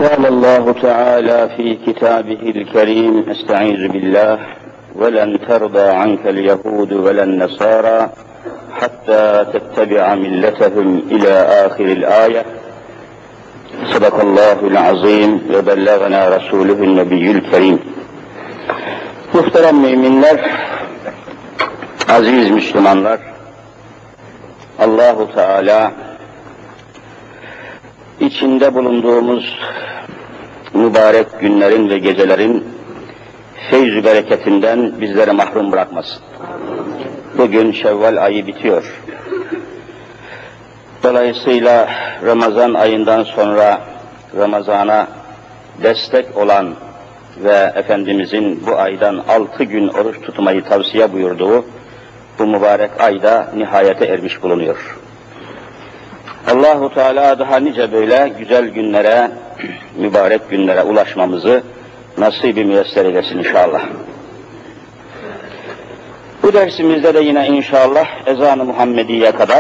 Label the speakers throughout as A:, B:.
A: قال الله تعالى في كتابه الكريم استعيذ بالله ولن ترضى عنك اليهود ولا النصارى حتى تتبع ملتهم إلى آخر الآية. صدق الله العظيم ve bellagana Resulühün Nebiyyül Kerim. Muhterem müminler, aziz Müslümanlar, Allahu Teala içinde bulunduğumuz mübarek günlerin ve gecelerin feyz-ü bereketinden bizleri mahrum bırakmasın. Bugün Şevval ayı bitiyor. Dolayısıyla Ramazan ayından sonra Ramazan'a destek olan ve Efendimizin bu aydan 6 gün oruç tutmayı tavsiye buyurduğu bu mübarek ayda nihayete ermiş bulunuyor. Allahu Teala daha nice böyle güzel günlere, mübarek günlere ulaşmamızı nasip-i müyesser eylesin inşallah. Bu dersimizde de yine inşallah ezan-ı Muhammediye kadar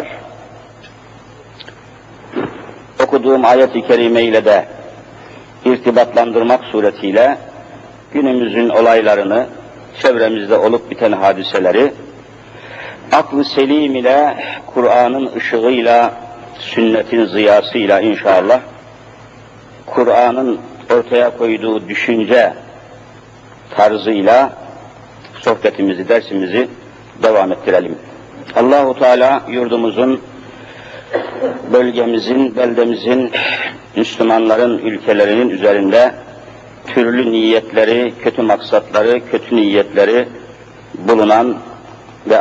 A: okuduğum ayet-i kerime ile de irtibatlandırmak suretiyle günümüzün olaylarını, çevremizde olup biten hadiseleri aklı selim ile, Kur'an'ın ışığıyla, sünnetin ziyasıyla inşallah Kur'an'ın ortaya koyduğu düşünce tarzıyla sohbetimizi, dersimizi devam ettirelim. Allahu Teala yurdumuzun, bölgemizin, beldemizin, Müslümanların ülkelerinin üzerinde türlü niyetleri, kötü maksatları, kötü niyetleri bulunan ve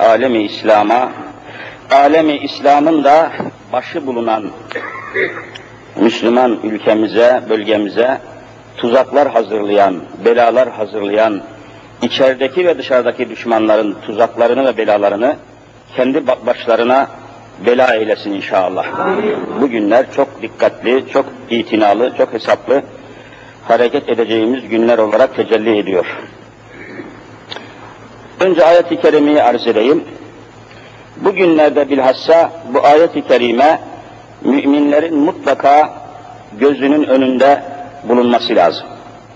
A: alemi İslam'ın da başı bulunan Müslüman ülkemize, bölgemize tuzaklar hazırlayan, belalar hazırlayan, içerideki ve dışarıdaki düşmanların tuzaklarını ve belalarını kendi başlarına bela eylesin inşallah. Bu günler çok dikkatli, çok itinalı, çok hesaplı hareket edeceğimiz günler olarak tecelli ediyor. Önce ayet-i kerimeyi arz edeyim. Bugünlerde bilhassa bu ayet-i kerime müminlerin mutlaka gözünün önünde bulunması lazım.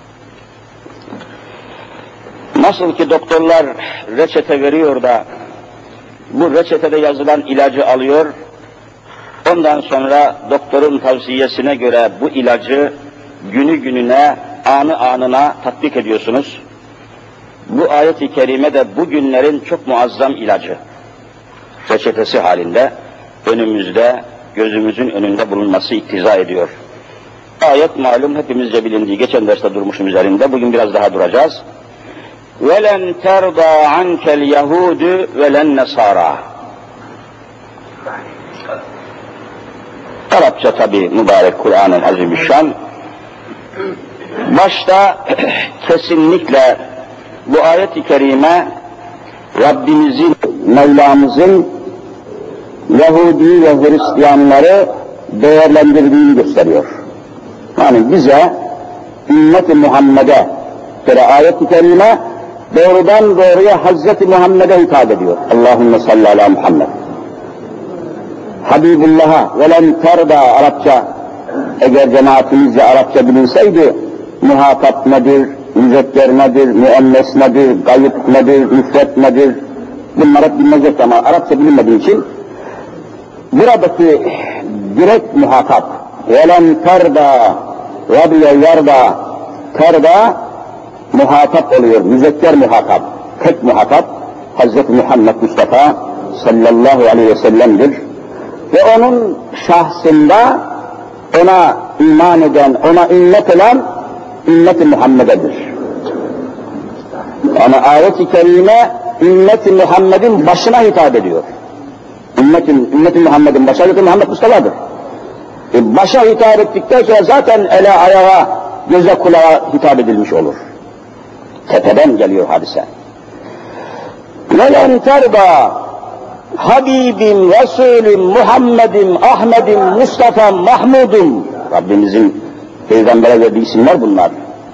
A: Nasıl ki doktorlar reçete veriyor da bu reçetede yazılan ilacı alıyor, ondan sonra doktorun tavsiyesine göre bu ilacı günü gününe, anı anına tatbik ediyorsunuz. Bu ayet-i kerime de bu günlerin çok muazzam ilacı. Reçetesi halinde önümüzde, gözümüzün önünde bulunması iktiza ediyor. Ayet malum, hepimizce bilindiği, geçen derste durmuşum üzerinde, bugün biraz daha duracağız. وَلَنْ تَرْضَى عَنْكَ الْيَهُودُ وَلَنْ نَصَارَى. Arapça tabi mübarek Kur'an-ı Azimüşşan. Başta kesinlikle bu ayet-i kerime Rabbimizin, Mevlamızın Yahudi ve Hristiyanları değerlendirdiğini gösteriyor. Yani bize ümmet-i Muhammed'e göre ayet-i kerime doğrudan doğruya Hazreti Muhammed'e hitap ediyor. Allahümme salli ala Muhammed. Habibullah'a velen terda Arapça, eğer cemaatimizce Arapça bilinseydi muhatap nedir, müzekker nedir, müennes nedir, gayb nedir, müfret nedir, bunları bilmeyecek ama Arapça bilinmediği için buradaki direkt muhatap velen terda Rabbiye yarda terda muhatap oluyor, müzekker muhatap, tek muhatap Hazreti Muhammed Mustafa sallallahu aleyhi ve sellem'dir ve onun şahsında ona iman eden, ona ümmet olan ümmet-i Muhammed'edir. Yani ayet-i kerime ümmet-i Muhammed'in başına hitap ediyor. Ümmet-i Muhammed'in başı Hazreti Muhammed Mustafa'dır. Başa hitap ettikten sonra zaten ele, ayağa, göze, kulağa hitap edilmiş olur. Tepeden geliyor hadise. وَلَنْ تَرْضَى Habibim, Resulüm, Muhammed'im, Ahmet'im, Mustafa'm, Mahmud'um. Rabbimizin Peygamber'e verdiği isimler bunlar.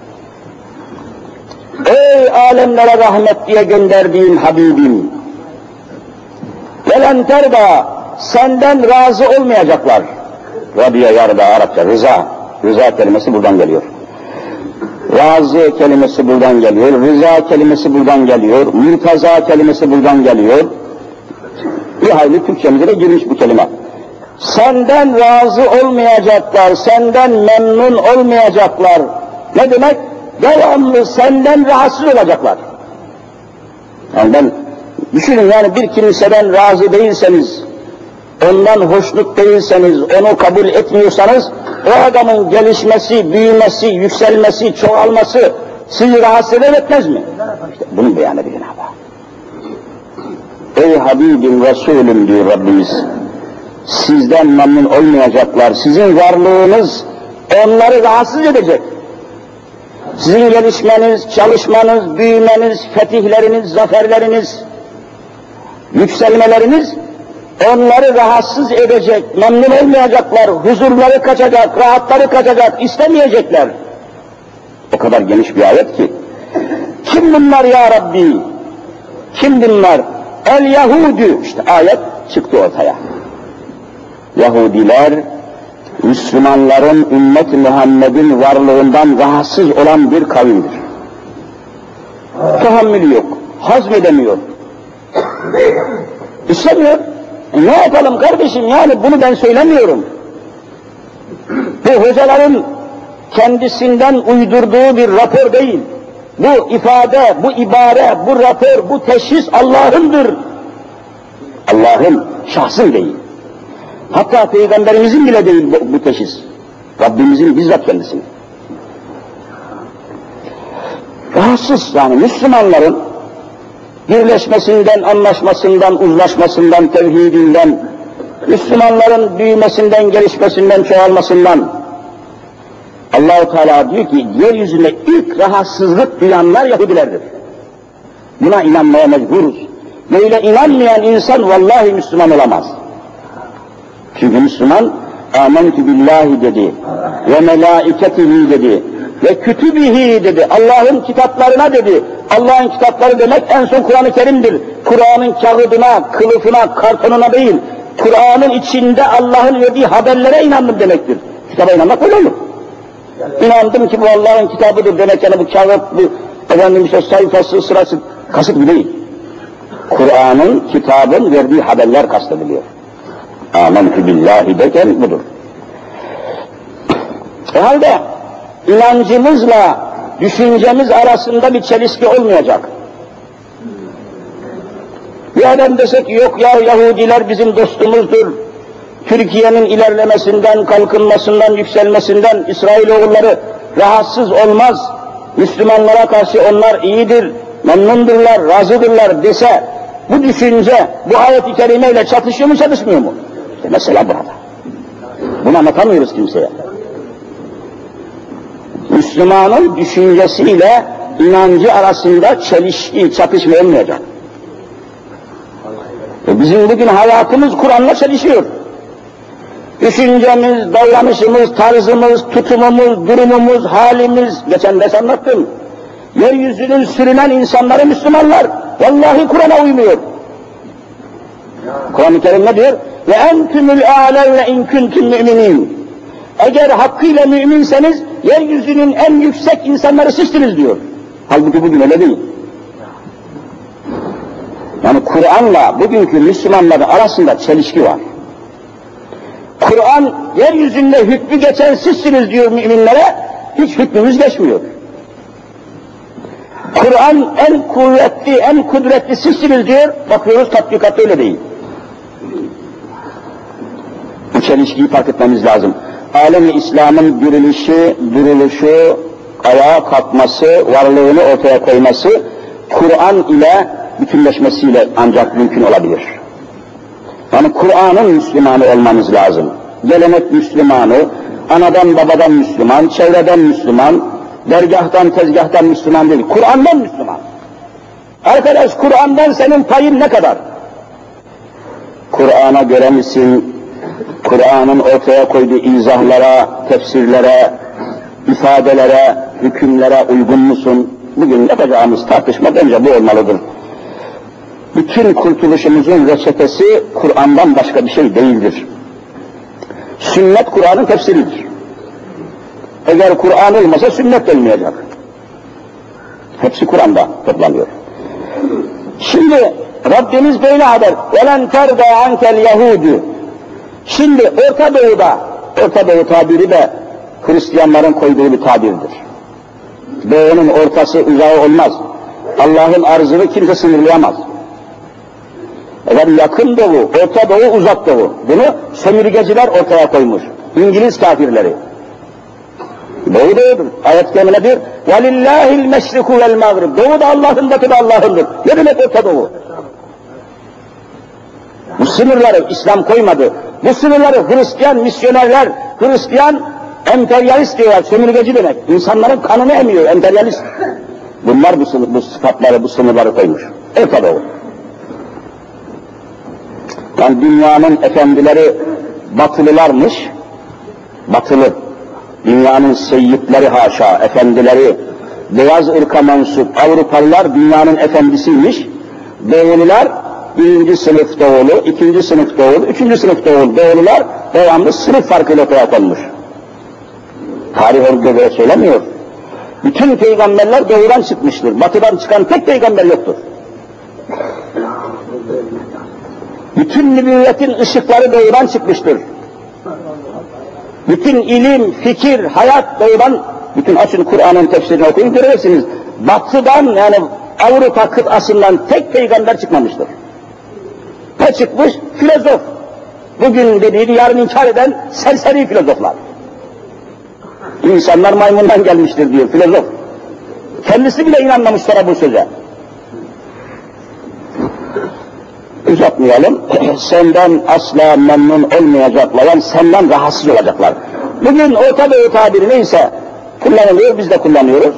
A: Ey alemlere rahmet diye gönderdiğim Habibim. وَلَنْ تَرْضَى Senden razı olmayacaklar. Radiye yarda Arapça rıza. Rıza kelimesi buradan geliyor. Razı kelimesi buradan geliyor. Rıza kelimesi buradan geliyor. Mürtaza kelimesi buradan geliyor. Bir hayli Türkçemize de girmiş bu kelime. Senden razı olmayacaklar, senden memnun olmayacaklar. Ne demek? Devamlı senden rahatsız olacaklar. Yani ben düşünün, yani bir kimseden razı değilseniz, ondan hoşnut değilseniz, onu kabul etmiyorsanız, o adamın gelişmesi, büyümesi, yükselmesi, çoğalması sizi rahatsız etmez mi? İşte bunu beyan ediyor Cenab-ı Hak. Ey Habibim, Resulüm diyor Rabbimiz, sizden memnun olmayacaklar, sizin varlığınız onları rahatsız edecek. Sizin gelişmeniz, çalışmanız, büyümeniz, fetihleriniz, zaferleriniz, yükselmeleriniz onları rahatsız edecek, memnun olmayacaklar, huzurları kaçacak, rahatları kaçacak, istemeyecekler. O kadar geniş bir ayet ki. Kim bunlar ya Rabbi? Kim bunlar? El-Yahudü. İşte ayet çıktı ortaya. Yahudiler, Müslümanların ümmet-i Muhammed'in varlığından rahatsız olan bir kavimdir. Tahammülü yok, hazmedemiyor. İstemiyor. Ne yapalım kardeşim, yani bunu ben söylemiyorum. Bu hocaların kendisinden uydurduğu bir rapor değil. Bu ifade, bu ibare, bu rapor, bu teşhis Allah'ındır. Allah'ın, şahsın değil. Hatta Peygamberimizin bile değil bu teşhis. Rabbimizin bizzat kendisinin. Rahatsız, yani Müslümanların birleşmesinden, anlaşmasından, uzlaşmasından, tevhidinden, Müslümanların büyümesinden, gelişmesinden, çoğalmasından. Allah-u Teala diyor ki, yeryüzünde ilk rahatsızlık duyanlar Yahudilerdir. Buna inanmaya mecburuz. Böyle inanmayan insan vallahi Müslüman olamaz. Çünkü Müslüman, âmentü billahi dedi, ve melâiketihi dedi, ve kütübihi dedi, Allah'ın kitaplarına dedi. Allah'ın kitapları demek en son Kur'an-ı Kerim'dir. Kur'an'ın kağıdına, kılıfına, kartonuna değil, Kur'an'ın içinde Allah'ın verdiği haberlere inandım demektir. Kitaba inanmak öyle olur. İnandım ki bu Allah'ın kitabıdır demek, yani bu kağıt, bu efendim işte sayfası, sırası, kasıt bu değil. Kur'an'ın, kitabın verdiği haberler kastediliyor. Âmentü billahi derken budur. O halde inancımızla düşüncemiz arasında bir çelişki olmayacak. Bir adam desek yok ya Yahudiler bizim dostumuzdur. Türkiye'nin ilerlemesinden, kalkınmasından, yükselmesinden İsrailoğulları rahatsız olmaz. Müslümanlara karşı onlar iyidir, memnundurlar, razıdırlar dese, bu düşünce bu ayet-i kerimeyle çatışıyor mu, çatışmıyor mu? İşte mesela burada. Bunu anlatamıyoruz kimseye. Müslümanın düşüncesiyle inancı arasında çelişki, çatışma olmayacak. Bizim bugün hayatımız Kur'an'la çelişiyor. Düşüncemiz, davranışımız, tarzımız, tutumumuz, durumumuz, halimiz, geçen ders anlattım. Yeryüzünün sürünen insanları Müslümanlar, vallahi Kur'an'a uymuyor. Kur'an-ı Kerim ne diyor? Ve entümül âlevne in kuntum mü'minin. Eğer hakkıyla müminseniz, yeryüzünün en yüksek insanları sizsiniz diyor. Halbuki bugün öyle değil. Yani Kur'an'la bugünkü Müslümanların arasında çelişki var. Kur'an, yeryüzünde hükmü geçen sizsiniz diyor müminlere, hiç hükmümüz geçmiyor. Kur'an en kuvvetli, en kudretli sizsiniz diyor, bakıyoruz tatbikatta öyle değil. Bu çelişkiyi fark etmemiz lazım. Alem-i İslam'ın dirilişi, duruluşu, ayağa kalkması, varlığını ortaya koyması, Kur'an ile bütünleşmesiyle ancak mümkün olabilir. Yani Kur'an'ın Müslümanı olmamız lazım. Gelenek Müslümanı, anadan babadan Müslüman, çevreden Müslüman, dergahtan tezgahtan Müslüman değil, Kur'an'dan Müslüman. Arkadaş, Kur'an'dan senin payın ne kadar? Kur'an'a göre misin? Kur'an'ın ortaya koyduğu izahlara, tefsirlere, ifadelere, hükümlere uygun musun? Bugün yapacağımız tartışma bence bu olmalıdır. Bütün kurtuluşumuzun reçetesi Kur'an'dan başka bir şey değildir. Sünnet Kur'an'ın tefsiridir. Eğer Kur'an olmasa sünnet olmayacak. Hepsi Kur'an'da toplanıyor. Şimdi Rabbimiz böyle haber. وَلَنْ تَرْضَى عَنْكَ الْيَهُودُ. Şimdi Orta Doğu tabiri de Hristiyanların koyduğu bir tabirdir. Doğunun ortası uzağı olmaz. Allah'ın arzını kimse sınırlayamaz. Yakın Doğu, Orta Doğu, Uzak Doğu. Bunu sömürgeciler ortaya koymuş. İngiliz kafirleri. Doğu Doğu'dur. Ayet-i kerimedir. وَلِلَّهِ الْمَشْرِكُ وَالْمَغْرِبُ. Doğu da Allah'ın, Batı da Allah'ındır. Ne demek Orta Doğu? Bu sınırları İslam koymadı. Bu sınırları Hristiyan misyonerler, Hristiyan emperyalist diyorlar, sömürgeci demek. İnsanların kanını emiyor, emperyalist. Bunlar bu sıfatları, bu sınırları koymuş. Orta Doğu. Yani dünyanın efendileri batılılarmış, batılı. Dünyanın seyyidleri haşa, efendileri, beyaz ırka mensup Avrupalılar dünyanın efendisiymiş. Doğulular, birinci sınıf doğulu, ikinci sınıf doğulu, üçüncü sınıf doğulular devamlı sınıf farkıyla ortaya konmuş. Tarih onu böyle söylemiyor. Bütün peygamberler doğudan çıkmıştır. Batıdan çıkan tek peygamber yoktur. Bütün nübüvvetin ışıkları doğudan çıkmıştır. Bütün ilim, fikir, hayat doğudan, bütün açın Kur'an'ın tefsirini okuyun göreceksiniz. Batıdan yani Avrupa kıtasından tek peygamber çıkmamıştır. Ne çıkmış? Filozof. Bugün dediğini yarın inkar eden serseri filozoflar. İnsanlar maymundan gelmiştir diyor filozof. Kendisi bile inanmamış sonra bu söze. Uzatmayalım. Senden asla memnun olmayacaklar. Yani senden rahatsız olacaklar. Bugün Orta Doğu tabiri neyse kullanılıyor, biz de kullanıyoruz.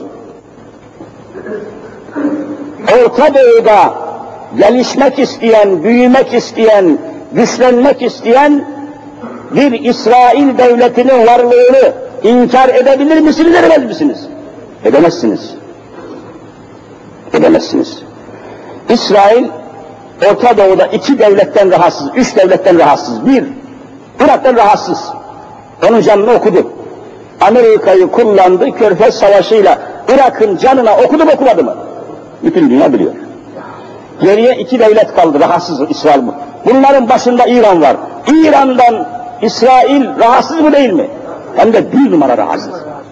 A: Orta Doğu'da gelişmek isteyen, büyümek isteyen, güçlenmek isteyen bir İsrail devletinin varlığını inkar edebilir misiniz, edemez misiniz? Edemezsiniz. Edemezsiniz. İsrail Orta Doğu'da iki devletten rahatsız, üç devletten rahatsız. Bir, Irak'tan rahatsız. Onun canını okudu. Amerika'yı kullandı, Körfez Savaşı'yla Irak'ın canına okudu mu okumadı mı? Bütün dünya biliyor. Geriye iki devlet kaldı, rahatsız İsrail bu. Bunların başında İran var. İran'dan İsrail rahatsız mı değil mi? Hem de bir numara rahatsız.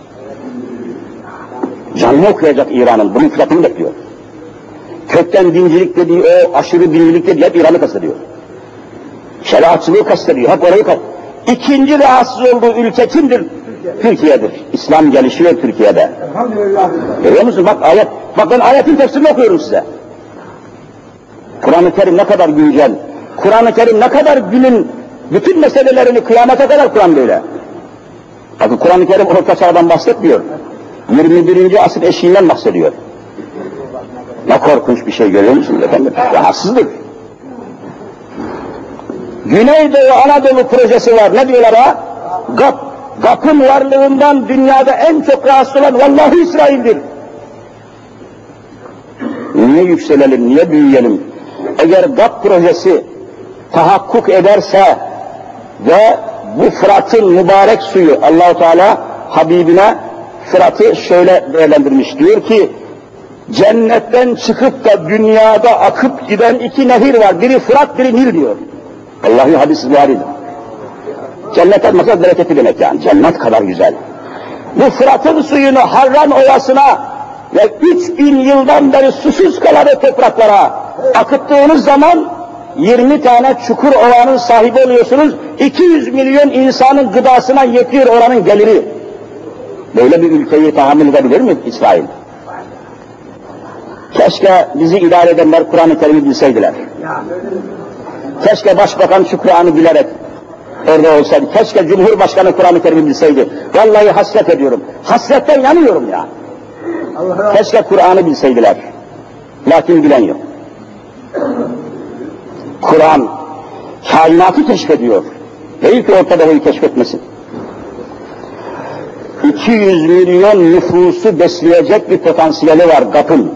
A: Canını okuyacak İran'ın, bunun fiyatını bekliyor. Kökten dincilik dediği o aşırı dincilik dediği hep İran'ı kastediyor. Şeriatçılığı kastediyor, hep orayı kastediyor. İkinci rahatsız olduğu ülke kimdir? Türkiye'dir. İslam gelişiyor Türkiye'de.
B: Elhamdülillah.
A: Görüyor musun? Bak ben ayetin tefsirini okuyorum size. Kur'an-ı Kerim ne kadar güncel, Kur'an-ı Kerim ne kadar günün bütün meselelerini kıyamete kadar Kur'an böyle. Bakın Kur'an-ı Kerim Orta Çağ'dan bahsetmiyor. 21. asır eşiğinden bahsediyor. Ne korkunç bir şey görüyor musunuz efendim? Rahatsızlık. Güneydoğu Anadolu projesi var. Ne diyorlar ha? GAP'ın varlığından dünyada en çok rahatsız olan vallahi İsrail'dir. Niye yükselelim, niye büyüyelim? Eğer GAP projesi tahakkuk ederse ve bu Fırat'ın mübarek suyu, Allah-u Teala Habibine Fırat'ı şöyle değerlendirmiş, diyor ki cennetten çıkıp da dünyada akıp giden iki nehir var, biri Fırat, biri Nil diyor. Vallahi hadis-i Buhari'dir. Cennet olmasa bereketi demek yani, cennet kadar güzel. Bu Fırat'ın suyunu Harran Ovası'na ve 3000 yıldan beri susuz kalan topraklara akıttığınız zaman 20 tane çukur ovanın sahibi oluyorsunuz. 200 milyon insanın gıdasına yetiyor oranın geliri. Böyle bir ülkeyi tahammül edebilir mi İsrail? Keşke bizi idare edenler Kur'an-ı Kerim'i bilseydiler. Keşke başbakan şu Kur'an'ı bilerek orada olsaydı. Keşke Cumhurbaşkanı Kur'an-ı Kerim'i bilseydi. Vallahi hasret ediyorum. Hasretten yanıyorum ya. Keşke Kur'an'ı bilseydiler. Lakin bilen yok. Kur'an kainatı keşfediyor. Değil ki Orta Doğu'yu keşfetmesin. 200 milyon nüfusu besleyecek bir potansiyeli var GAP'ın.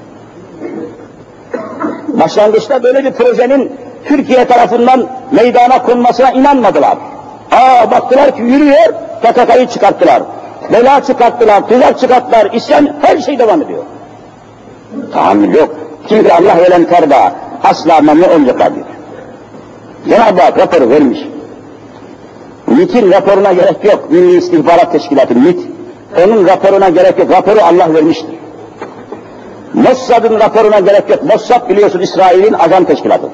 A: Başlangıçta böyle bir projenin Türkiye tarafından meydana konmasına inanmadılar. Baktılar ki yürüyor, PKK'yı çıkarttılar. bela çıkarttılar, tuzak çıkarttılar, isyan, her şey devam ediyor. Tahammül yok. Çünkü Allah veren terda asla memnun olmayacaklar diyor. Cenab-ı Hak raporu vermiş. MİT'in raporuna gerek yok. Milli İstihbarat Teşkilatı MİT. Onun raporuna gerek yok. Raporu Allah vermiştir. Mossad'ın raporuna gerek yok. Mossad biliyorsun İsrail'in ajan teşkilatı.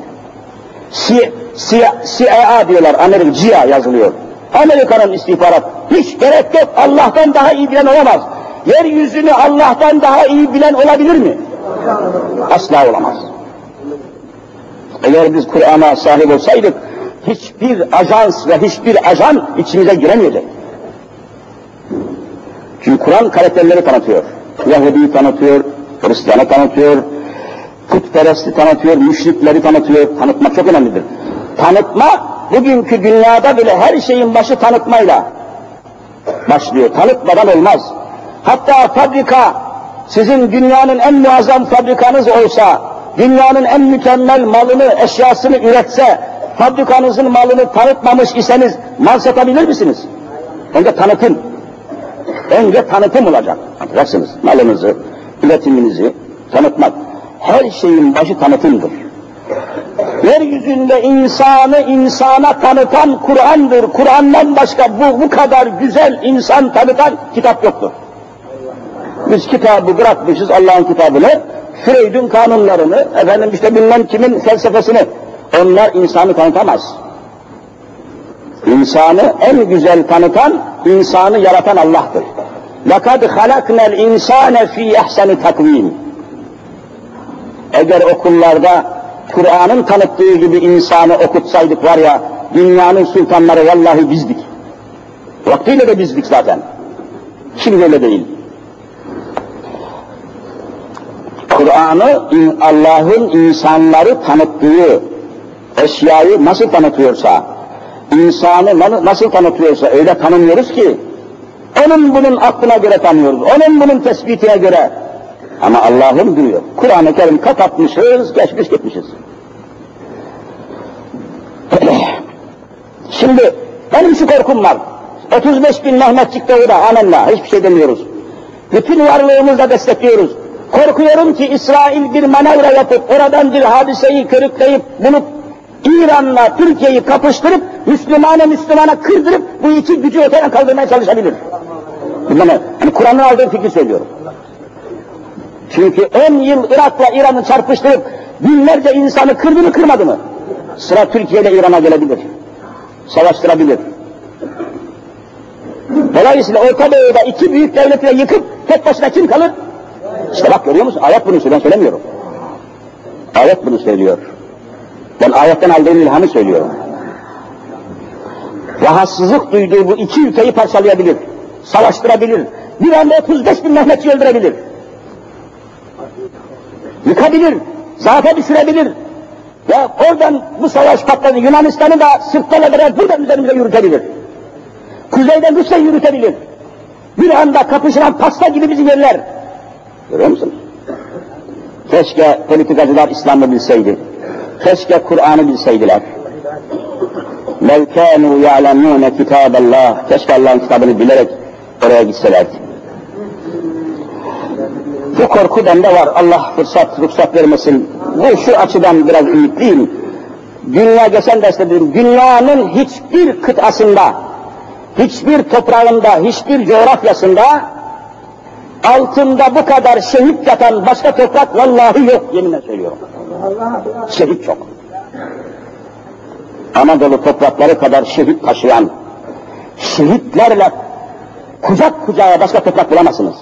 A: CIA diyorlar. Amerika CIA yazılıyor. Amerika'nın istihbarat. Hiç gerek yok. Allah'tan daha iyi bilen olamaz. Yeryüzünü Allah'tan daha iyi bilen olabilir mi? Asla olamaz. Eğer biz Kur'an'a sahip olsaydık, hiçbir ajans ve hiçbir ajan içimize giremeyecek. Çünkü Kur'an karakterleri tanıtıyor. Yahudi'yi tanıtıyor, Hristiyan'ı tanıtıyor, putperesti tanıtıyor, müşrikleri tanıtıyor. Tanıtmak çok önemlidir. Tanıtma, bugünkü dünyada bile her şeyin başı tanıtmayla başlıyor. Tanıtmadan olmaz. Hatta fabrika, sizin dünyanın en muazzam fabrikanız olsa, dünyanın en mükemmel malını, eşyasını üretse, fabrikanızın malını tanıtmamış iseniz mal satabilir misiniz? Önce tanıtım. Önce tanıtım olacak. Anlayacaksınız. Malınızı, üretiminizi tanıtmak. Her şeyin başı tanıtımdır. Yeryüzünde insanı insana tanıtan Kur'an'dır. Kur'an'dan başka bu kadar güzel insan tanıtan kitap yoktur. Biz kitabı bırakmışız, Allah'ın kitabını, Freud'un kanunlarını, efendim işte bilmem kimin felsefesini. Onlar insanı tanıtamaz. İnsanı en güzel tanıtan, insanı yaratan Allah'tır. لَقَدْ خَلَقْنَا الْاِنْسَانَ ف۪ي اَحْسَنِ تَقْو۪يمٍ. Eğer okullarda Kur'an'ın tanıttığı gibi insanı okutsaydık var ya, dünyanın sultanları vallahi bizdik. Vaktiyle de bizdik zaten. Şimdi öyle değil. Kur'an'ı Allah'ın insanları tanıttığı eşyayı nasıl tanıtıyorsa, insanı nasıl tanıtıyorsa öyle tanımıyoruz ki, onun bunun aklına göre tanıyoruz, onun bunun tespitine göre. Ama Allah'ın diyor, Kur'an-ı Kerim kapatmışız, geçmiş gitmişiz. Şimdi benim şu korkum var, 35 bin Mehmetçik Doğu'da, amenna, hiçbir şey demiyoruz. Bütün varlığımızla destekliyoruz. Korkuyorum ki İsrail bir manevra yapıp, oradan bir hadiseyi körükleyip, bunu İran'la Türkiye'yi kapıştırıp, Müslümana kırdırıp, bu iki gücü ortadan kaldırmaya çalışabilir. Yani Kur'an'ın aldığı fikri söylüyorum. Çünkü 10 yıl Irak'la İran'ı çarpıştırıp, binlerce insanı kırdı mı kırmadı mı? Sıra Türkiye ile İran'a gelebilir. Savaştırabilir. Dolayısıyla Orta Doğu'da iki büyük devletleri yıkıp, tek başına kim kalır? İşte bak görüyor musun? Ayet bunu söylüyor, ben söylemiyorum. Ayet bunu söylüyor. Ben ayetten aldığım ilhamı söylüyorum. Rahatsızlık duyduğu bu iki ülkeyi parçalayabilir, savaştırabilir. Bir anda 35 bin Mehmetçi öldürebilir. Yıkabilir, zaten düşürebilir. Ya oradan bu savaş patladı, Yunanistan'ı da Sırplarla beraber buradan üzerimize yürütebilir. Kuzeyden Rusya yürütebilir. Bir anda kapışılan pasta gibi bizi yerler. Görüyor musunuz? Keşke politikacılar İslam'ı bilseydi. Keşke Kur'an'ı bilseydiler. لَوْ كَانُوا يَعْلَمُونَ كِتَابَ اللّٰهِ. Keşke Allah'ın kitabını bilerek oraya gitselerdi. Bu korku bende var. Allah ruhsat vermesin. Ve şu açıdan biraz ümitliyim. Dünya geçen derste dedim, dünyanın hiçbir kıtasında, hiçbir toprağında, hiçbir coğrafyasında altında bu kadar şehit yatan başka toprak vallahi yok, yeminle söylüyorum. Şehit çok. Anadolu toprakları kadar şehit taşıyan, şehitlerle kucak kucağa başka toprak bulamazsınız.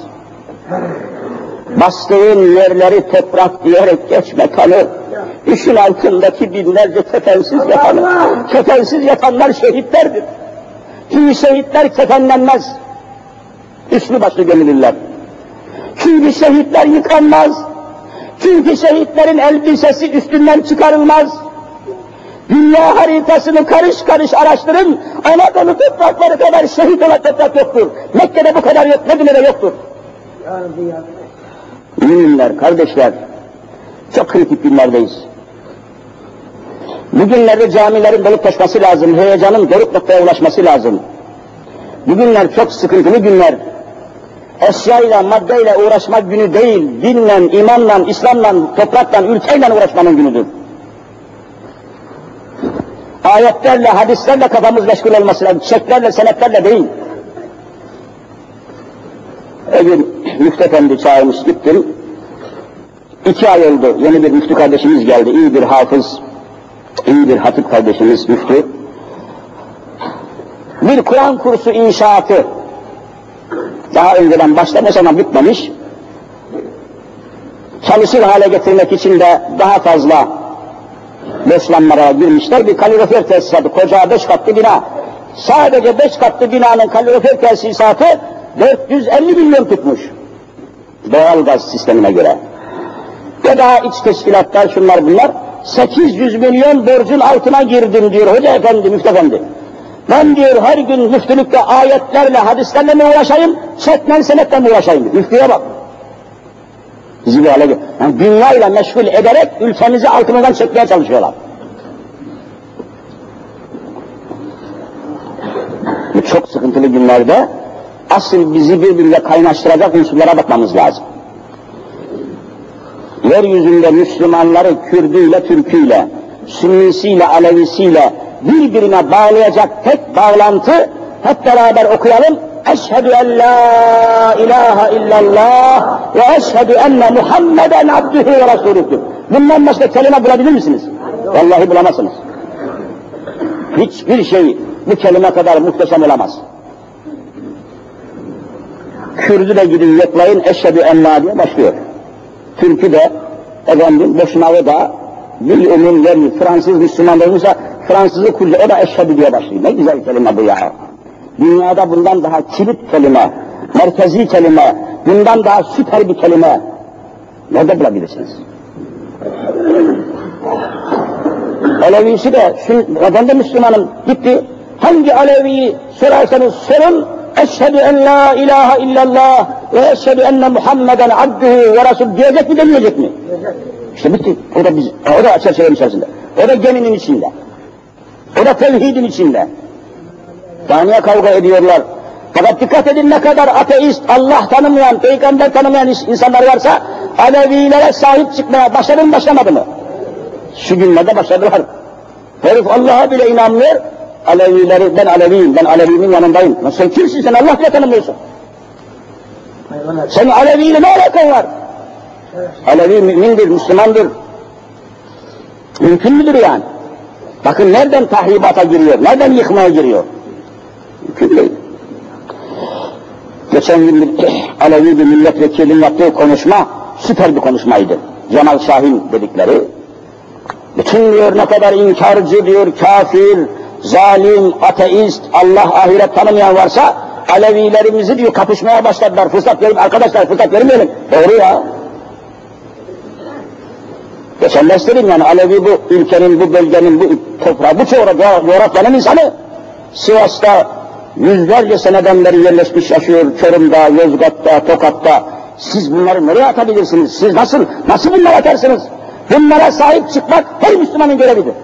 A: Bastığın yerleri toprak diyerek geçme kanı, işin altındaki binlerce kefensiz yatanlar şehitlerdir. Çünkü şehitler kefenlenmez, üstü başlı gömülürler. Çünkü şehitler yıkanmaz, çünkü şehitlerin elbisesi üstünden çıkarılmaz. Dünya haritasını karış karış araştırın, Anadolu toprakları kadar şehit olan toprak yoktur. Mekke'de bu kadar yok, Medine'de yoktur. Müminler, kardeşler, çok kritik günlerdeyiz. Bugünlerde camilerin dolup taşması lazım, heyecanın doruk noktaya ulaşması lazım. Bugünler çok sıkıntılı günler. eşyayla, maddeyle uğraşmak günü değil, dinle, imanla, İslam'la, toprakla, ülkeyle uğraşmanın günüdür. Ayetlerle, hadislerle kafamız meşgul olması lazım, çeklerle, senetlerle değil. Bugün Müftü Efendi çağırmış, gittim. 2 ay oldu, yeni bir müftü kardeşimiz geldi, iyi bir hafız, iyi bir hatip kardeşimiz müftü. Bir Kur'an kursu inşaatı, daha önceden başlamış ama bitmemiş, çalışır hale getirmek için de daha fazla boşlanmalara girmişler, bir kalorifer tesisatı, koca 5 katlı bina. Sadece 5 katlı binanın kalorifer tesisatı 450 milyon tutmuş, doğal gaz sistemine göre. Ve daha iç teşkilatlar, şunlar bunlar, 800 milyon borcun altına girdim diyor Hoca Efendi, Müftü Efendi. Ben diyor her gün müftülükte ayetlerle, hadislerle mi uğraşayım, çekmen senetle mi uğraşayım? Müftüye bak. Bizi bir hale getir. Yani dünyayla meşgul ederek ülkemizi altımızdan çekmeye çalışıyorlar. Bu çok sıkıntılı günlerde asıl bizi birbirine kaynaştıracak unsurlara bakmamız lazım. Yeryüzünde Müslümanları Kürdüyle, Türküyle, Sünnisiyle, Alevisiyle birbirine bağlayacak tek bağlantı, hep beraber okuyalım. Eşhedü en la ilahe illallah ve eşhedü enne Muhammeden abdühü ve resulüdür. Bundan başka kelime bulabilir misiniz? Vallahi bulamazsınız. Hiçbir şey bu kelime kadar muhteşem olamaz. Kürdü de gidin yoklayın, eşhedü en la diye başlıyor. Türkü de, efendim, Boşnağı da, bir ömür verir, Fransız Müslüman olursa, Fransızı kulle, o da eşhedü diye başlıyor. Ne güzel kelime bu ya. Dünyada bundan daha kilit kelime, merkezi kelime, bundan daha süper bir kelime nerede bulabilirsiniz? Alevisi de, ben de Müslümanım, gitti, hangi Alevi'yi sorarsanız sorun, eşhedü en la ilahe illallah ve eşhedü enne Muhammeden abdühü ve resul diyecek mi demeyecek mi? İşte bitti, o da çerçevenin içerisinde, o da geminin içinde, o da tevhidin içinde. Daha niye kavga ediyorlar? Fakat dikkat edin, ne kadar ateist, Allah tanımayan, peygamber tanımayan insanlar varsa, Alevilere sahip çıkmaya başladı mı, başlamadı mı? Şu günlerde başladılar. Herif Allah'a bile inanmıyor, Alevileri, ben Aleviyim, ben Alevi'nin yanındayım. Sen kimsin, sen Allah bile tanımıyorsun. Senin Alevi'yle ne alakan var? Alevi mümindir, Müslümandır. Mümkün müdür yani? Bakın nereden tahribata giriyor, nereden yıkmaya giriyor? Mümkün değil. Geçen gün bir Alevi bir milletvekilinin yaptığı konuşma, süper bir konuşmaydı. Cemal Şahin dedikleri. Bütün diyor ne kadar inkarcı diyor, kafir, zalim, ateist, Allah ahiret tanımayan varsa, Alevilerimizi diyor kapışmaya başladılar. Fırsat verin arkadaşlar, fırsat vermeyelim. Doğru ya. Geçen derslerim yani Alevi bu ülkenin, bu bölgenin, bu toprağı, bu coğrafyanın insanı. Sivas'ta yüzlerce seneden beri yerleşmiş yaşıyor, Çorum'da, Yozgat'ta, Tokat'ta. Siz bunları nereye atabilirsiniz? Siz nasıl bunları atarsınız? Bunlara sahip çıkmak her Müslümanın görevidir.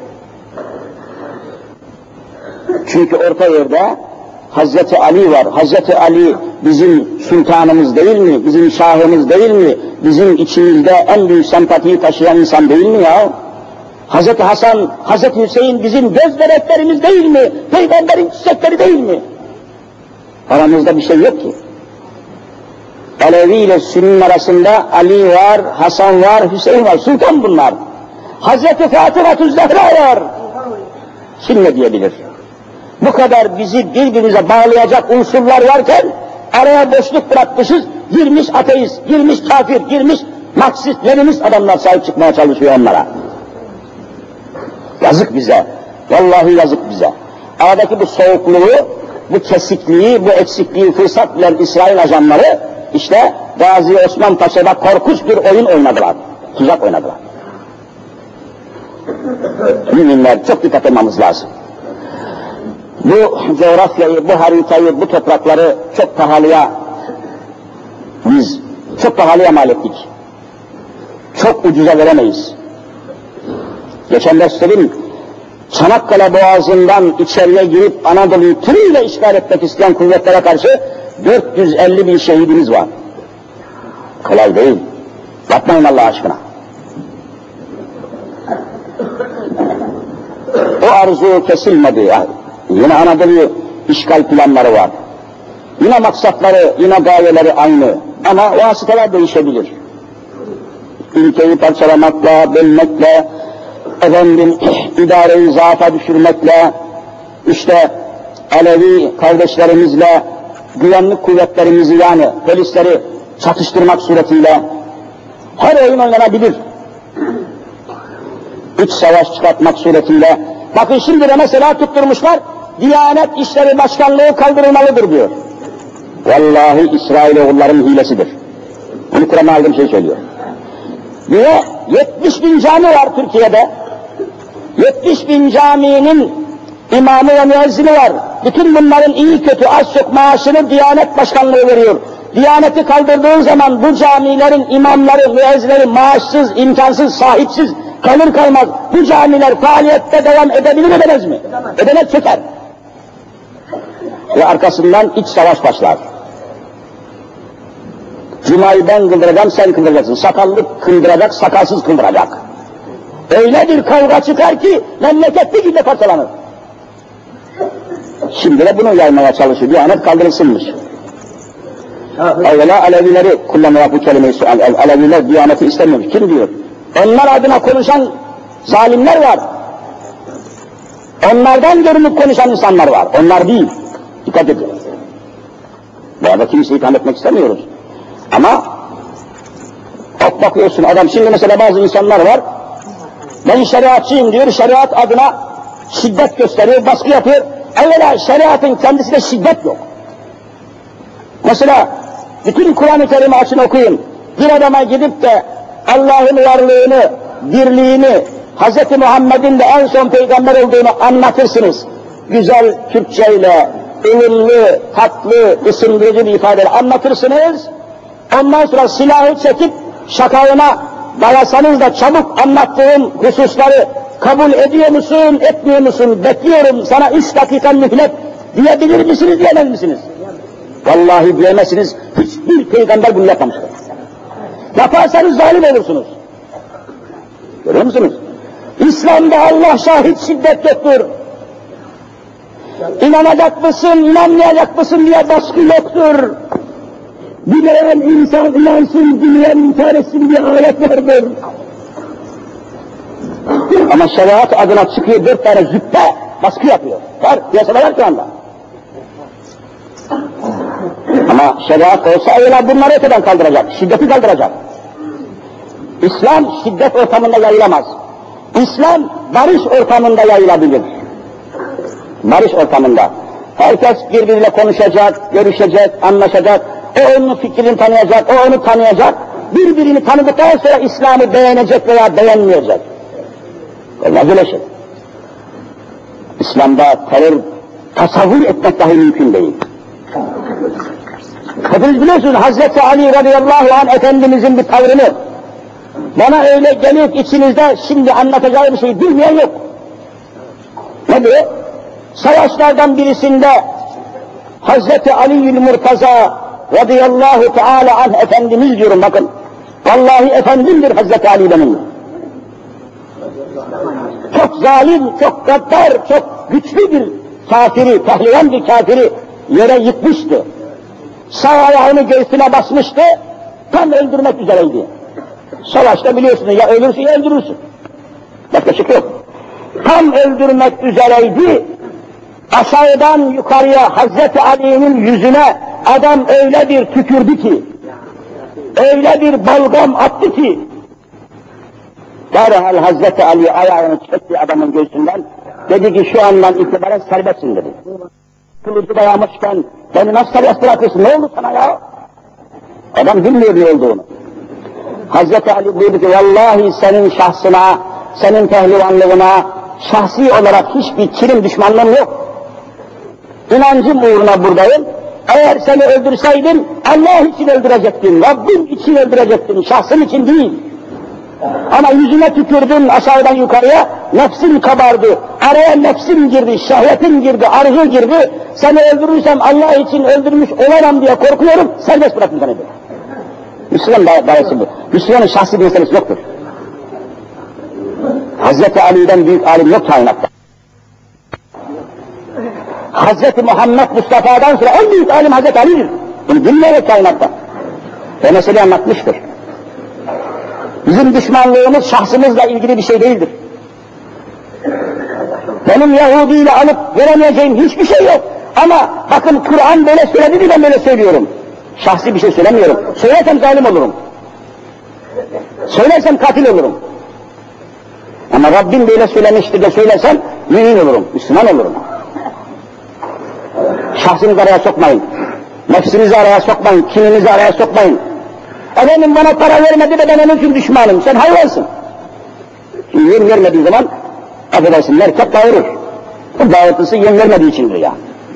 A: Çünkü orta yerde Hazreti Ali var. Hazreti Ali bizim sultanımız değil mi? Bizim şahımız değil mi? Bizim içimizde en büyük sempatiyi taşıyan insan değil mi ya? Hazreti Hasan, Hazreti Hüseyin bizim göz bebeklerimiz değil mi? Peygamberin çiçekleri değil mi? Aramızda bir şey yok ki. Alevi ile Sünni arasında Ali var, Hasan var, Hüseyin var. Sultan bunlar. Hazreti Fatıma Zehra var. Kim ne diyebilir? Bu kadar bizi birbirimize bağlayacak unsurlar varken araya boşluk bırakmışız, girmiş ateist, girmiş kafir, girmiş Marksist, Leninist adamlar sahip çıkmaya çalışıyor onlara. Yazık bize, vallahi yazık bize. Aradaki bu soğukluğu, bu kesikliği, bu eksikliği fırsat bilen İsrail ajanları işte Gazi Osman Paşa'da korkunç bir oyun oynadılar, tuzak oynadılar. Müminler çok dikkat etmemiz lazım. Bu coğrafyayı, bu haritayı, bu toprakları çok pahalıya mal ettik. Çok ucuza veremeyiz. Geçen ders söyledim, Çanakkale Boğazı'ndan içeriye girip Anadolu'yu tümüyle işgal etmek isteyen kuvvetlere karşı 450 bin şehidimiz var. Kolay değil. Yapmayın Allah aşkına. O arzu kesilmedi. Yine Anadolu işgal planları var. Yine maksatları, yine gayeleri aynı. Ama vasıtalar değişebilir. Ülkeyi parçalamakla, bölmekle, idareyi zaafa düşürmekle, işte Alevi kardeşlerimizle, güvenlik kuvvetlerimizi yani polisleri çatıştırmak suretiyle her oyun oynanabilir. İç savaş çıkartmak suretiyle. Bakın şimdi de mesela tutturmuşlar, Diyanet İşleri Başkanlığı kaldırılmalıdır diyor. Vallahi İsrailoğulların hilesidir. Bunu Kur'an'a aldığım şey söylüyor. Niye? 70 bin cami var Türkiye'de. 70 bin caminin imamı ve müezzini var. Bütün bunların iyi kötü az çok maaşını Diyanet Başkanlığı veriyor. Diyaneti kaldırdığın zaman bu camilerin imamları, müezzinleri maaşsız, imkansız, sahipsiz kalır kalmaz bu camiler faaliyette devam edebilir edemez mi? Edemez, çöker. Ve arkasından iç savaş başlar. Cuma'yı ben kıldıracağım, sen kıldıracaksın. Sakallı kıldıracak, sakalsız kıldıracak. Öyle bir kavga çıkar ki memleket bir günde parçalanır. Şimdi de bunu yaymaya çalışıyor. Diyanet kaldırılsınmış. Evvela Alevileri kullanıyor bu kelimeyi. Aleviler Diyaneti istemiyor. Kim diyor? Onlar adına konuşan zalimler var. Onlardan görünüp konuşan insanlar var. Onlar değil. Dikkat edin. Bu arada kimseyi itham etmek istemiyoruz. Ama bakıyorsun adam, şimdi mesela bazı insanlar var, ben şeriatçıyım diyor, şeriat adına şiddet gösteriyor, baskı yapıyor. Evvela şeriatın kendisinde şiddet yok. Mesela bütün Kur'an-ı Kerim'i açın okuyun. Bir adama gidip de Allah'ın varlığını, birliğini, Hz. Muhammed'in de en son peygamber olduğunu anlatırsınız. Güzel Türkçeyle, ılımlı, tatlı, ısındırıcı bir ifadeyle anlatırsınız. Ondan sonra silahı çekip şakağına dayasanız da çabuk anlattığım hususları kabul ediyor musun, etmiyor musun, bekliyorum sana 3 dakika mühlet diyebilir misiniz, diyemez misiniz? Vallahi diyemezsiniz, hiçbir peygamber bunu yapmamıştır. Yaparsanız zalim olursunuz. Görüyor musunuz? İslam'da Allah şahit şiddet yoktur. İnanacak mısın, inanmayacak mısın diye baskı yoktur. Dileyen insan inansın, dileyen inkar etsin diye ayet vardır. Ama şeriat adına çıkıyor 4 tane züppe, baskı yapıyor. Var, piyasada var şu anda. Ama şeriat olsa öyle bunları öteden kaldıracak, şiddeti kaldıracak. İslam şiddet ortamında yayılamaz. İslam barış ortamında yayılabilir. Barış ortamında. Herkes birbiriyle konuşacak, görüşecek, anlaşacak. O onun fikrini tanıyacak, o onu tanıyacak. Birbirini tanıdıktan sonra İslam'ı beğenecek veya beğenmeyecek. Olmaz öyle şey. İslam'da terör tasavvur etmek dahi mümkün değil. Hepiniz biliyorsunuz Hazreti Ali radıyallahu anh Efendimizin bir tavrını. Bana öyle geliyor içinizde şimdi anlatacağım bir şey bilmeyen yok. Ne diyor? Savaşlardan birisinde Hazreti Ali'ül Murtaza radıyallahu teala anh Efendimiz diyorum bakın. Vallahi efendimdir Hazreti Ali benim. Çok zalim, çok gaddar, çok güçlü bir kafiri, pehlivan bir kafiri yere yıkmıştı. Sağ ayağını göğsüne basmıştı, tam öldürmek üzereydi. Savaşta biliyorsunuz ya ölürsün ya öldürürsün. Başka şey yok. Tam öldürmek üzereydi. Aşağıdan yukarıya Hazreti Ali'nin yüzüne adam öyle bir tükürdü ki, öyle bir balgam attı ki, derhal Hazreti Ali ayağını çekti adamın göğsünden, dedi ki şu andan itibaren serbestsin dedi. Kılıcı dayamışken beni nasıl serbest bırakırsın, ne oldu sana ya? Adam bilmiyor ne olduğunu. Hazreti Ali buyurdu ki vallahi senin şahsına, senin pehlivanlığına şahsi olarak hiçbir kirim düşmanlığım yok. İnancım uğruna buradayım. Eğer seni öldürseydim Allah için öldürecektim, Rabbim için öldürecektim, şahsım için değil. Ama yüzüne tükürdün aşağıdan yukarıya,
B: nefsin kabardı, araya nefsim girdi, şehvetim girdi, arzu girdi, seni öldürürsem Allah için öldürmüş olamam diye korkuyorum, serbest bırakın seni diyor. Müslüman dairesi bu. Müslümanın şahsi bir meselesi yoktur. Hazreti Ali'den büyük alim yok kainatta. Hazreti Muhammed Mustafa'dan sonra en büyük alim Hazreti Ali'dir. Bunu bilmiyor kainatta. Ve meseleyi anlatmıştır. Bizim düşmanlığımız şahsımızla ilgili bir şey değildir. Benim Yahudi ile alıp veremeyeceğim hiçbir şey yok. Ama bakın Kur'an böyle söyledi diye ben böyle söylüyorum. Şahsi bir şey söylemiyorum. Söylersem zalim olurum. Söylersem katil olurum. Ama Rabbim böyle söylemiştir de söylersem mümin olurum, Müslüman olurum. Şahsınızı araya sokmayın. Nefsinizi araya sokmayın, kininizi araya sokmayın. Efendim bana para vermedi de ben onun için düşmanım, sen hayvansın. Şimdi yem vermediği zaman, affedersin, merkep dağırır. Bu dağıtısı yem vermediği içindir ya.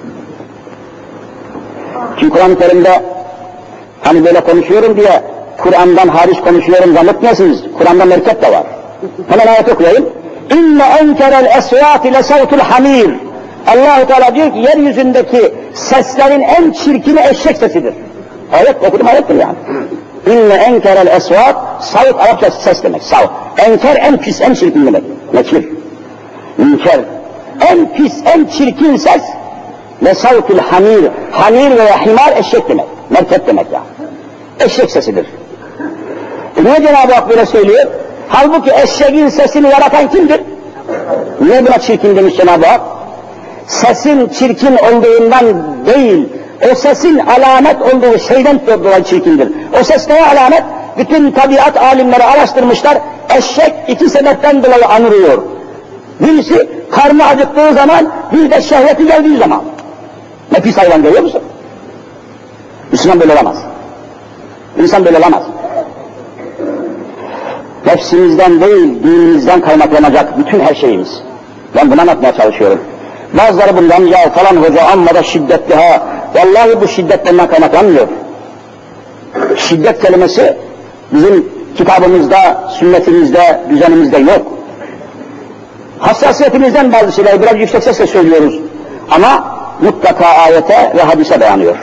B: Çünkü Kur'an-ı Kerim'de, hani böyle konuşuyorum diye, Kur'an'dan hariç konuşuyorum zannetmiyorsunuz, Kur'an'da merkep de var. Hemen ayet okuyayım. İnne enkerel esvâti lesavtul hamir. Allah-u Teala diyor ki, yeryüzündeki seslerin en çirkini eşek sesidir. Ayet okudum, ayettir yani. İnne enkerel esvat, savut Arapça ses demek, savut. Enker en pis, en çirkin demek. Nekir. İnker. En pis, en çirkin ses, le savtul hamir. Hamir veya himar eşek demek. Merkep demek ya. Eşek sesidir. Niye Cenab-ı Hak böyle söylüyor? Halbuki eşeğin sesini yaratan kimdir? Niye buna çirkin demiş Cenab-ı Hak? Sesin çirkin olduğundan değil, o sesin alamet olduğu şeyden dolayı çirkindir. O ses neye alamet? Bütün tabiat alimleri araştırmışlar, eşek iki sebepten dolayı anırıyor. Birisi karnı acıktığı zaman, bir de şehveti geldiği zaman. Ne pis hayvan görüyor musun? Müslüman böyle olamaz. İnsan böyle olamaz. Nefsimizden değil, dinimizden kaynaklanacak bütün her şeyimiz. Ben bunu anlatmaya çalışıyorum. Bazıları bundan, ya falan hoca amma da şiddetli ha, vallahi bu şiddetlerinden kaynaklanmıyor. Şiddet kelimesi bizim kitabımızda, sünnetimizde, düzenimizde yok. Hassasiyetimizden bazı şeyleri biraz yüksek sesle söylüyoruz. Ama mutlaka ayete ve hadise dayanıyor.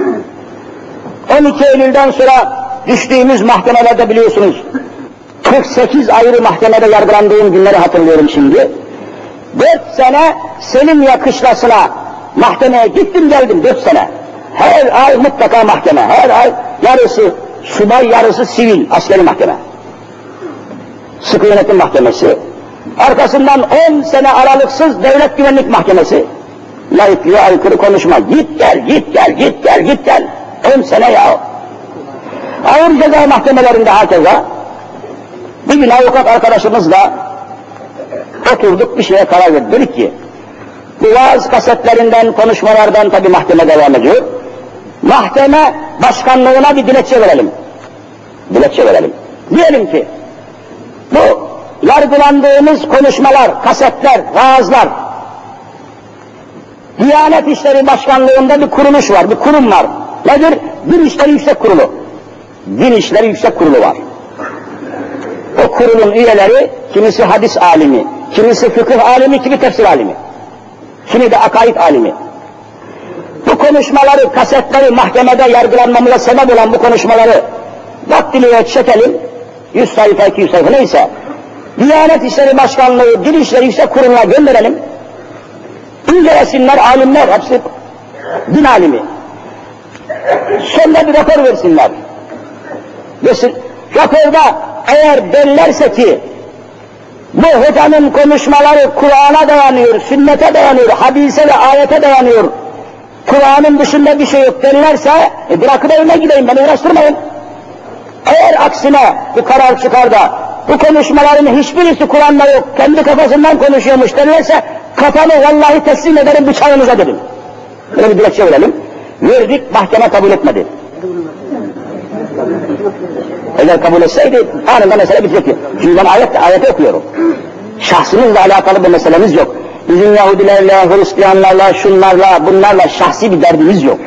B: 12 Eylül'den sonra düştüğümüz mahkemelerde biliyorsunuz, 48 ayrı mahkemede yargılandığım günleri hatırlıyorum şimdi. 4 sene Selimiye kışlasına mahkemeye gittim geldim 4 sene. Her ay mutlaka mahkeme, her ay yarısı subay yarısı sivil askeri mahkeme. Sıkı yönetim mahkemesi. Arkasından 10 sene aralıksız devlet güvenlik mahkemesi. Laikliğe aykırı konuşma. Git gel, git gel, git gel, git gel. 10 sene ya. Ağır ceza mahkemelerinde hakeza. Bir gün avukat arkadaşımızla oturduk, bir şeye karar verdik. Dedik ki, bu vaaz kasetlerinden, konuşmalardan tabii mahkeme devam ediyor. Mahkeme başkanlığına bir dilekçe verelim. Dilekçe verelim. Diyelim ki, bu yargılandığımız konuşmalar, kasetler, vaazlar, Diyanet İşleri Başkanlığı'nda bir kuruluş var, bir kurum var. Nedir? Din İşleri Yüksek Kurulu. Din İşleri Yüksek Kurulu var. O kurulun üyeleri, kimisi hadis alimi, kimisi fıkıh alimi, kimi tefsir alimi, kimi de akaid alimi. Bu konuşmaları, kasetleri mahkemede yargılanmamıza sebep olan bu konuşmaları daktiliye çekelim, 100 sayfa, 200 sayfa neyse, Diyanet İşleri Başkanlığı, Din İşleri Yüksek Kurulu'na gönderelim, incelesinler, alimler, hepsi din alimi. Sonra bir rapor versinler. Raporda eğer bellerse ki bu hocanın konuşmaları Kur'an'a dayanıyor, sünnete dayanıyor, hadise ve ayete dayanıyor, Kur'an'ın dışında bir şey yok derlerse, bırakın evime gideyim, beni uğraştırmayın. Eğer aksine bu karar çıkar da bu konuşmaların hiçbirisi Kur'an'da yok, kendi kafasından konuşuyormuş derlerse, kafanı vallahi teslim ederim bıçağınıza dedim. Böyle bir dilekçe verelim. Verdik, mahkeme kabul etmedi. Eğer kabul etseydi, anında mesele bitecekti. Çünkü ben ayeti okuyorum. Şahsımızla alakalı bir meselemiz yok. Bizim Yahudilerle, Hristiyanlarla, şunlarla, bunlarla şahsi bir derdimiz yok.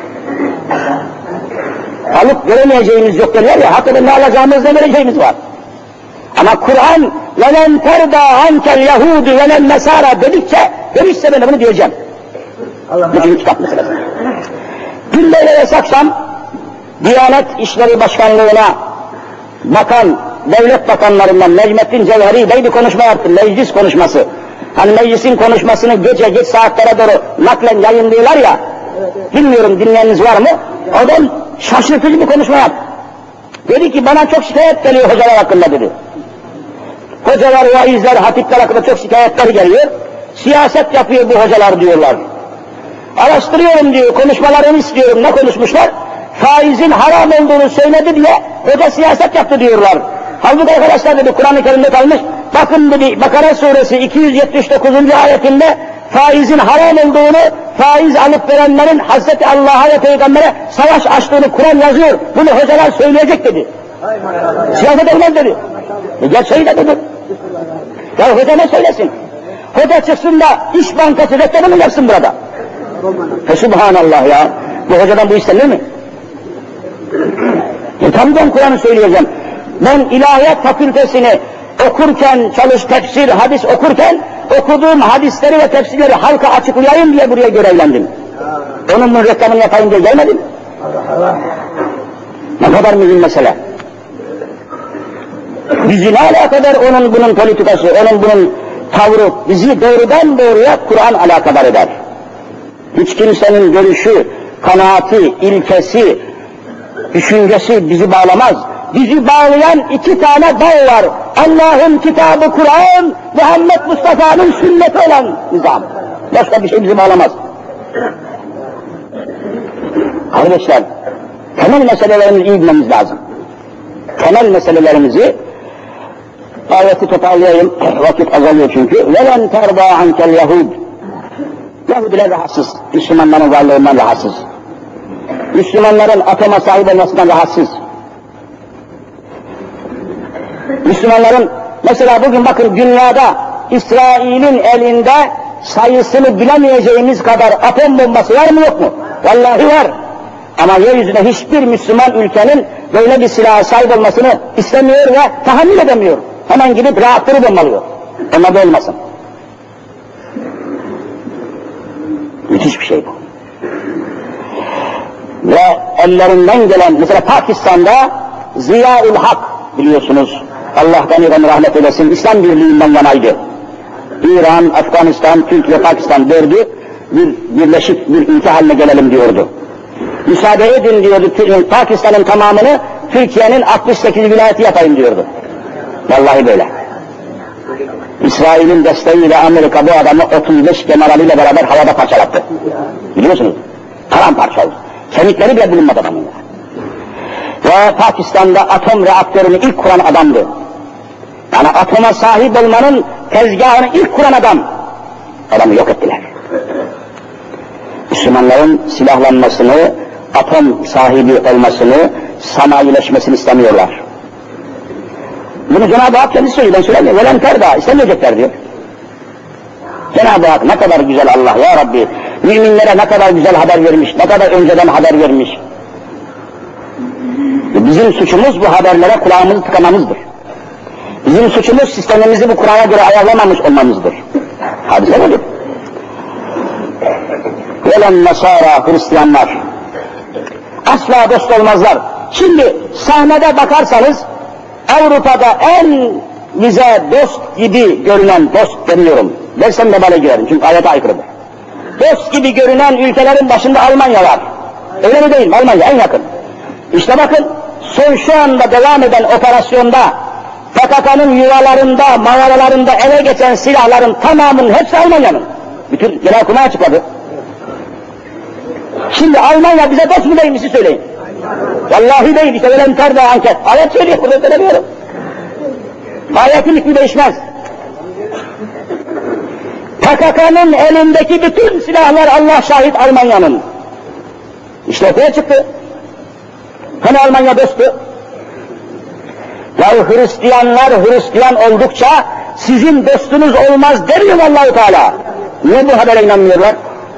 B: Alıp veremeyeceğimiz yok derler ya, hakikaten ne alacağımız ne vereceğimiz var. Ama Kur'an وَلَنْ تَرْضَى عَنْكَ الْيَهُودُ وَلَنْ نَسَارَ demişse ben de bunu diyeceğim. Bütün kitap meselesi. Dün böyle yasaksam, Diyanet İşleri Başkanlığı'na bakan, devlet bakanlarından Necmettin Cevheri Bey bir konuşma yaptı, meclis konuşması. Hani meclisin konuşmasını gece geç saatlere doğru naklen yayınlıyorlar ya, bilmiyorum dinleyeniniz var mı? Adam şaşırtıcı bir konuşma yaptı. Dedi ki bana çok şikayet geliyor hocalar hakkında dedi. Hocalar, vaizler, hatipler hakkında çok şikayetler geliyor. Siyaset yapıyor bu hocalar diyorlar. Araştırıyorum diyor, konuşmalarını istiyorum. Ne konuşmuşlar? Faizin haram olduğunu söyledi diye hoca siyaset yaptı diyorlar. Halbuki arkadaşlar dedi Kur'an-ı Kerim'de kalmış. Bakın dedi Bakara suresi 279. ayetinde faizin haram olduğunu, faiz alıp verenlerin Hazreti Allah'a ve Peygamber'e savaş açtığını Kur'an yazıyor. Bunu hocalar söyleyecek dedi. Siyaset olmaz dedi. Gerçeği de dedi. Ya hoca ne söylesin? Hoca çıksın da İş Bankası reklamını yapsın burada. Subhanallah ya. Bu hocadan bu istenir mi? Tam ben Kur'an'ı söyleyeceğim. Ben ilahiyat fakültesini okurken, tefsir, hadis okurken okuduğum hadisleri ve tefsirleri halka açıklayayım diye buraya görevlendim. Onun reklamını yapayım diye gelmedim. Ne kadar mühim mesele. Bizi ne alakadar onun bunun politikası, onun bunun tavrı, bizi doğrudan doğruya Kur'an alakadar eder. Hiç kimsenin görüşü, kanaati, ilkesi, düşüncesi bizi bağlamaz. Bizi bağlayan iki tane bağ var. Allah'ın kitabı Kur'an, Muhammed Mustafa'nın sünneti olan nizam. Başka bir şey bizi bağlamaz. Arkadaşlar, temel meselelerimizi iyi bilmemiz lazım. Temel meselelerimizi, ayeti toparlayayım, vakit azalıyor çünkü. وَلَنْ تَرْضَى عَنْكَ الْيَهُودِ Yahudiler rahatsız, Müslümanların varlığından rahatsız. Müslümanların atoma sahip olmasından rahatsız. Müslümanların, mesela bugün bakın dünyada İsrail'in elinde sayısını bilemeyeceğimiz kadar atom bombası var mı yok mu? Vallahi var. Ama yeryüzünde hiçbir Müslüman ülkenin böyle bir silaha sahip olmasını istemiyor ve tahammül edemiyor. Hemen gidip reaktörü bombalıyor. Onlar da olmasın. Müthiş bir şey bu. Ve ellerinden gelen, mesela Pakistan'da Ziya-ül Hak biliyorsunuz, Allah'tan İran'ı rahmet eylesin, İslam Birliği'nden yanaydı. İran, Afganistan, Türkiye, Pakistan dördü birleşik bir ülke haline gelelim diyordu. Müsaade edin diyordu, Pakistan'ın tamamını Türkiye'nin 68 vilayeti yapayım diyordu. Vallahi böyle. İsrail'in desteğiyle Amerika bu adamı 35 generaliyle beraber havada parçalattı. Biliyorsunuz, paramparça oldu. Kemikleri bile bulunmadı adamın. Ve Pakistan'da atom reaktörünü ilk kuran adamdı. Yani atoma sahip olmanın tezgahını ilk kuran adam. Adamı yok ettiler. Müslümanların silahlanmasını, atom sahibi olmasını, sanayileşmesini istemiyorlar. Bunu Cenab-ı Hak kendisi söylüyor, ben söylemiyorum. Velen terda, istemeyecekler diyor. Cenab-ı Hak ne kadar güzel Allah ya Rabbi. Müminlere ne kadar güzel haber vermiş, ne kadar önceden haber vermiş. Bizim suçumuz bu haberlere kulağımızı tıkamamızdır. Bizim suçumuz sistemimizi bu Kur'an'a göre ayarlamamış olmamızdır. Hadise nedir? Velen Nasara, Hristiyanlar asla dost olmazlar. Şimdi sahnede bakarsanız Avrupa'da en bize dost gibi görünen, dost demiyorum, dersem de böyle girerim çünkü ayete aykırıdır. Dost gibi görünen ülkelerin başında Almanya var. Öyle mi değil mi? Almanya en yakın. İşte bakın, son şu anda devam eden operasyonda PKK'nın yuvalarında, mağaralarında ele geçen silahların tamamının hepsi Almanya'nın. Bütün Genelkurmay açıkladı. Şimdi Almanya bize dost mu değil mi siz söyleyin. Vallahi değil, işte öyle terda anket. Ayet söylüyor, burada söylemiyorum. Ayetin hükmü değişmez. PKK'nın elindeki bütün silahlar Allah şahit Almanya'nın. İşte ortaya çıktı. Hani Almanya dostu? Ya Hristiyanlar Hristiyan oldukça sizin dostunuz olmaz demiyor Allah-u Teala. Niye bu habere inanmıyorlar?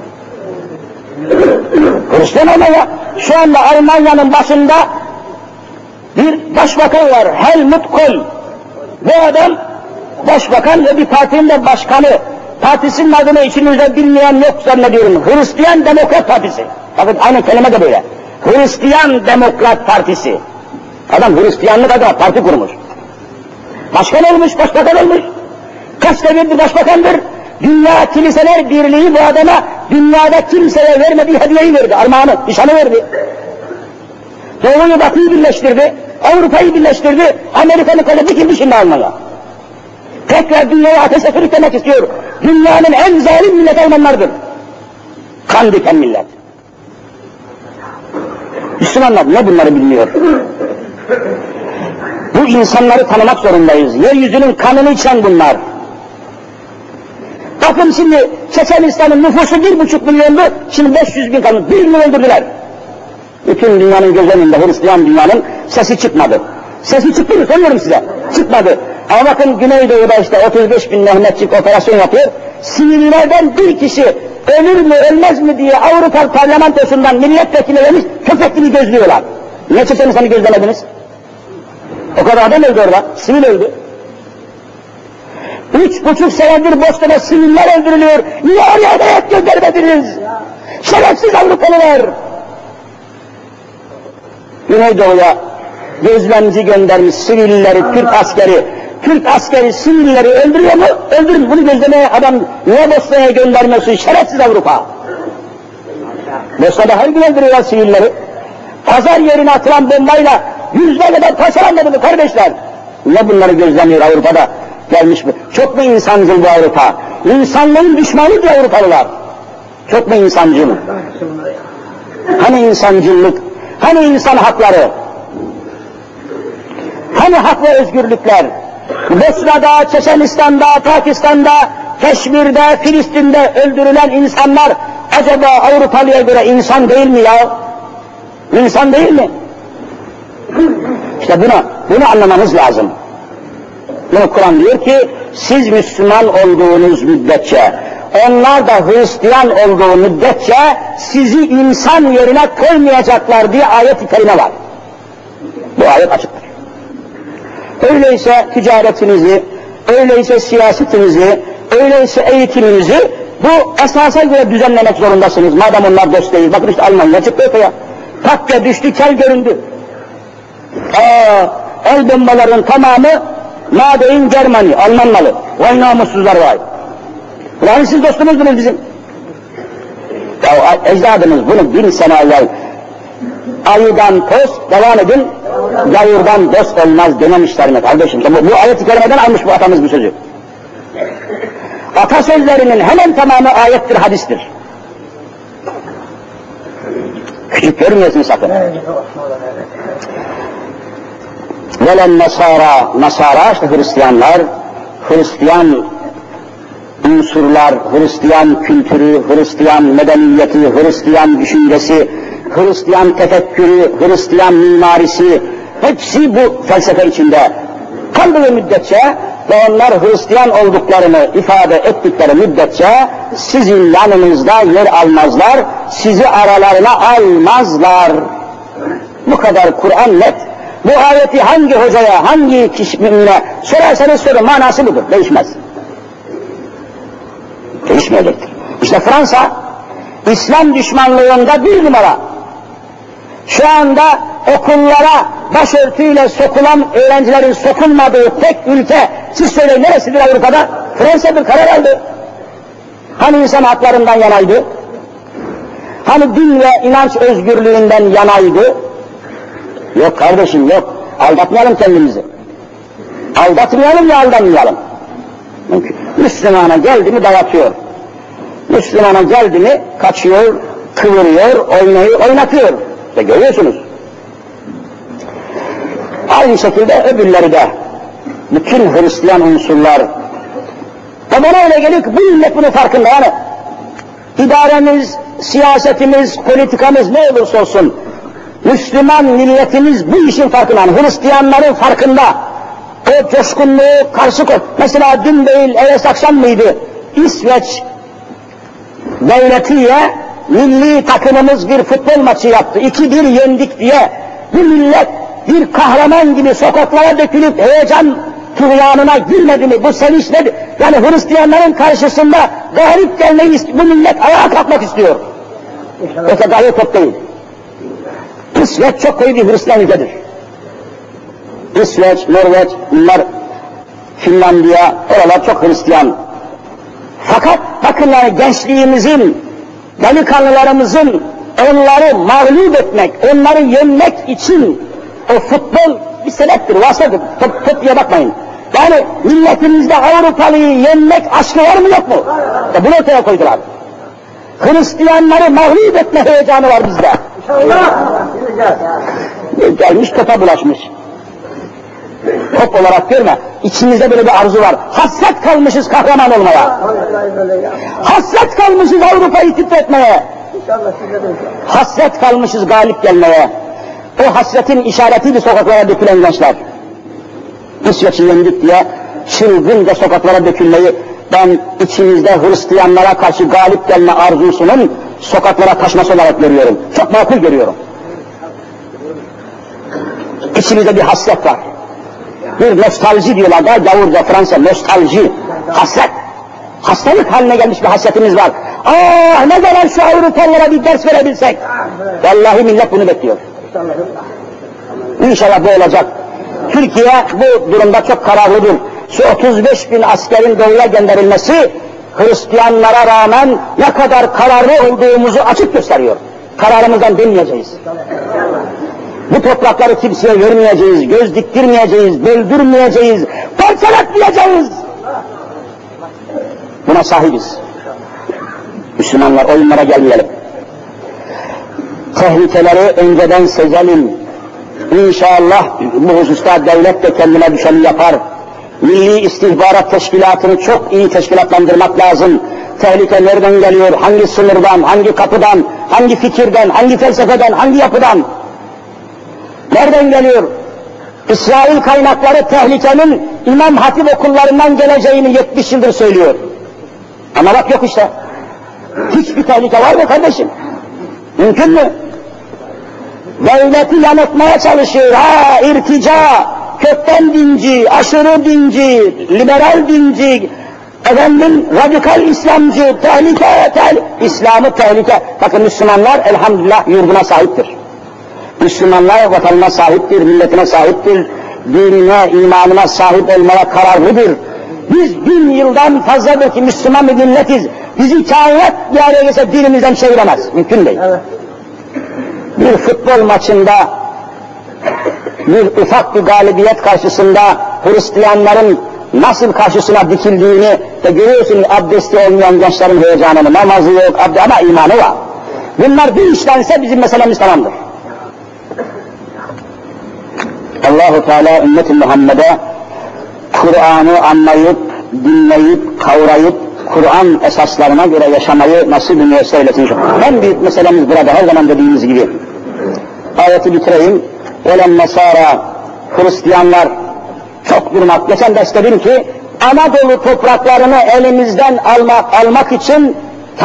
B: Hristiyan Almanya. Şu anda Almanya'nın başında bir başbakan var, Helmut Kohl. Bu adam başbakan ve bir partinin de başkanı. Partisinin adını içinizde bilmeyen yok zannediyorum. Hristiyan Demokrat Partisi. Bakın aynı kelime de böyle. Hristiyan Demokrat Partisi. Adam Hristiyanlık adına parti kurmuş. Başkan olmuş, başbakan olmuş. Kaç devirdir başbakandır. Dünya Kiliseler Birliği bu adama dünyada kimseye vermediği hediyeyi verdi. Armağanı, nişanı verdi. Doğu'yu Batı'yı birleştirdi. Avrupa'yı birleştirdi. Amerika'nın kalesi dikildi şimdi Almanya. Tekrar dünyayı ateşe sürüklemek istiyor. Dünyanın en zalim milleti Almanlardır. Kan diken millet. Müslümanlar ne bunları bilmiyor? Bu insanları tanımak zorundayız. Yeryüzünün kanını içen bunlar. Bakın şimdi Çeçenistan'ın nüfusu 1,5 milyondu, şimdi 500 bin kalmış. 1 milyon öldürdüler. Bütün dünyanın göz önünde, Hristiyan dünyanın sesi çıkmadı. Sesi çıktı mı? Soruyorum size. Çıkmadı. Ama bakın Güneydoğu'da işte 35 bin Mehmetçik operasyon yapıyor. Sivillerden bir kişi ölür mü ölmez mi diye Avrupa parlamentosundan milletvekili vermiş, köpek gibi gözlüyorlar. Niye Çeçenistan'ı gözlemediniz? O kadar adam öldü orada, sivil öldü. 3,5 senedir Bosna'da siviller öldürülüyor. Niye oraya heyet göndermediniz? Şerefsiz Avrupalılar! Güneydoğu'ya gözlemci göndermiş sivilleri, Türk askeri. Türk askeri sivilleri öldürüyor mu? Öldürün. Bunu gözlemeye adam niye Bosna'ya göndermiyorsun? Şerefsiz Avrupa! Bosna'da her gün öldürüyorlar sivilleri. Pazar yerine atılan bombayla yüzlerce parçalanmadı mı kardeşler? Niye bunları gözlemiyor Avrupa'da? Gelmiş mi? Çok mu insancıl bu Avrupa? İnsanlığın düşmanıdır Avrupalılar. Çok mu insancıl? Hani insancıllık? Hani insan hakları? Hani hak ve özgürlükler? Bosna'da, Çeçenistan'da, Pakistan'da, Keşmir'de, Filistin'de öldürülen insanlar acaba Avrupalıya göre insan değil mi ya? İnsan değil mi? İşte bunu anlamanız lazım. Bunu Kur'an diyor ki, siz Müslüman olduğunuz müddetçe, onlar da Hristiyan olduğu müddetçe sizi insan yerine koymayacaklar diye ayet-i kerime var. Bu ayet açıktır. Öyleyse ticaretinizi, öyleyse siyasetinizi, öyleyse eğitiminizi bu esasa göre düzenlemek zorundasınız. Madem onlar dost değil. Bakın işte Almanya çıktı ortaya. Takya düştü, kel göründü. El bombalarının tamamı Made in Germany, Alman malı. Vay namussuzlar vay. Ulan siz dostumuzdunuz bizim. Ya ecdadımız bunu 1000 sene evvel ayıdan toz, devam edin, gayurdan dost olmaz dememişler mi kardeşim? Bu ayet-i kerimeden almış bu atamız bu sözü. Atasözlerinin hemen tamamı ayettir, hadistir. Küçük görmüyorsun sakın. Velen Nasara işte Hristiyanlar, Hristiyan unsurlar, Hristiyan kültürü, Hristiyan medeniyeti, Hristiyan düşüncesi, Hristiyan tefekkürü, Hristiyan mimarisi, hepsi bu felsefe içinde kaldığı müddetçe ve onlar Hristiyan olduklarını ifade ettikleri müddetçe sizin yanınızda yer almazlar, sizi aralarına almazlar. Bu kadar Kur'an net. Bu ayeti hangi hocaya, hangi kişiye sorarsanız sorun, manası budur, değişmez. Değişmeyecektir. İşte Fransa, İslam düşmanlığında 1 numara. Şu anda okullara başörtüyle sokulan öğrencilerin sokulmadığı tek ülke, siz söyleyin neresidir Avrupa'da? Fransa'dır, karar aldı. Hani insan haklarından yanaydı? Hani din ve inanç özgürlüğünden yanaydı? Yok kardeşim yok. Aldatmayalım kendimizi. Aldatmayalım ya aldanmayalım. Müslümana geldi mi dayatıyor. Müslümana geldi mi kaçıyor, kıvırıyor, oynatıyor. İşte görüyorsunuz. Aynı şekilde öbürleri de bütün Hristiyan unsurlar. Ve bana öyle geliyor ki bu millet bunun farkında yani. İdaremiz, siyasetimiz, politikamız ne olursa olsun Müslüman milletimiz bu işin farkında. Yani Hristiyanların farkında. O coşkunluğu karşı koy. Mesela dün değil, evvel akşam mıydı? İsveç devletiyle milli takımımız bir futbol maçı yaptı. 2-1 yendik diye bu millet bir kahraman gibi sokaklara dökülüp heyecan tuğyanına girmedi mi? Bu sevinç nedir? Yani Hristiyanların karşısında galip gelmeyi bu millet ayağa kalkmak istiyor. Öte gaye top değil. İsveç çok koyu bir Hristiyan ülkedir. İsveç, Norveç, bunlar Finlandiya, oralar çok Hristiyan. Fakat bakın yani gençliğimizin, delikanlılarımızın onları mağlup etmek, onları yenmek için o futbol bir sebeptir, vasıtadır. Top diye bakmayın. Yani milletimizde Avrupalıyı yenmek aşkı var mı yok mu? Bunu ortaya koydular. Hristiyanları mağlup etme heyecanı var bizde. Gelmiş topa bulaşmış. Top olarak görme, içimizde böyle bir arzu var. Hasret kalmışız kahraman olmaya. Hasret kalmışız Avrupa'yı titretmeye. Hasret kalmışız galip gelmeye. O hasretin işaretiydi sokaklara dökülen gençler. İsveç'i yendik diye çılgınca sokaklara dökülmeyi, ben içimizde Hristiyanlara karşı galip gelme arzusunun sokaklara taşması olarak görüyorum. Çok makul görüyorum. İçimizde bir hasret var. Bir nostalji diyorlar da gavurca, Fransa, nostalji, hasret. Hastalık haline gelmiş bir hasretimiz var. Ah ne zaman şu Avrupalılara bir ders verebilsek. Vallahi millet bunu bekliyor. İnşallah bu olacak. Türkiye bu durumda çok kararlıdır. Şu 35 bin askerin doğuya gönderilmesi Hristiyanlara rağmen ne kadar kararlı olduğumuzu açık gösteriyor. Kararımızdan dönmeyeceğiz. Bu toprakları kimseye vermeyeceğiz, göz diktirmeyeceğiz, böldürmeyeceğiz, parçalatmayacağız. Buna sahibiz. Müslümanlar oyunlara gelmeyelim. Tehlikeleri önceden sezelim. İnşallah bu hususta devlet de kendine düşeni yapar. Milli İstihbarat Teşkilatı'nı çok iyi teşkilatlandırmak lazım. Tehlike nereden geliyor, hangi sınırdan, hangi kapıdan, hangi fikirden, hangi felsefeden, hangi yapıdan? Nereden geliyor? İsrail kaynakları tehlikenin İmam Hatip okullarından geleceğini 70 yıldır söylüyor. Ama bak yok işte. Hiçbir tehlike var mı kardeşim? Mümkün mü? Devleti yanıltmaya çalışıyor. Ha irtica, kökten dinci, aşırı dinci, liberal dinci, efendim radikal İslamcı, tehlike. İslam'ı tehlike. Bakın Müslümanlar elhamdülillah yurduna sahiptir. Müslümanlar vatanına sahiptir, milletine sahiptir, dinine, imanına sahip olmaya kararlıdır. Biz 1000 yıldan fazladır ki Müslüman bir milletiz. Bizi kainat bir araya gelse dinimizden çeviremez. Mümkün değil. Evet. Bir futbol maçında bir ufak bir galibiyet karşısında Hristiyanların nasıl karşısına dikildiğini de görüyorsunuz, abdesti olmayan gençlerin heyecanını, namazı yok, ama imanı var. Bunlar bir işlense bizim meselemiz tamamdır. Allah-u Teala ümmet-i Muhammed'e Kur'an'ı anlayıp, dinleyip, kavrayıp, Kur'an esaslarına göre yaşamayı nasip müyesser eylesin. En büyük meselemiz burada, her zaman dediğimiz gibi. Ayeti bitireyim. Velen Nesara, Hristiyanlar çok durmak. Geçen ders dedim ki, Anadolu topraklarını elimizden almak için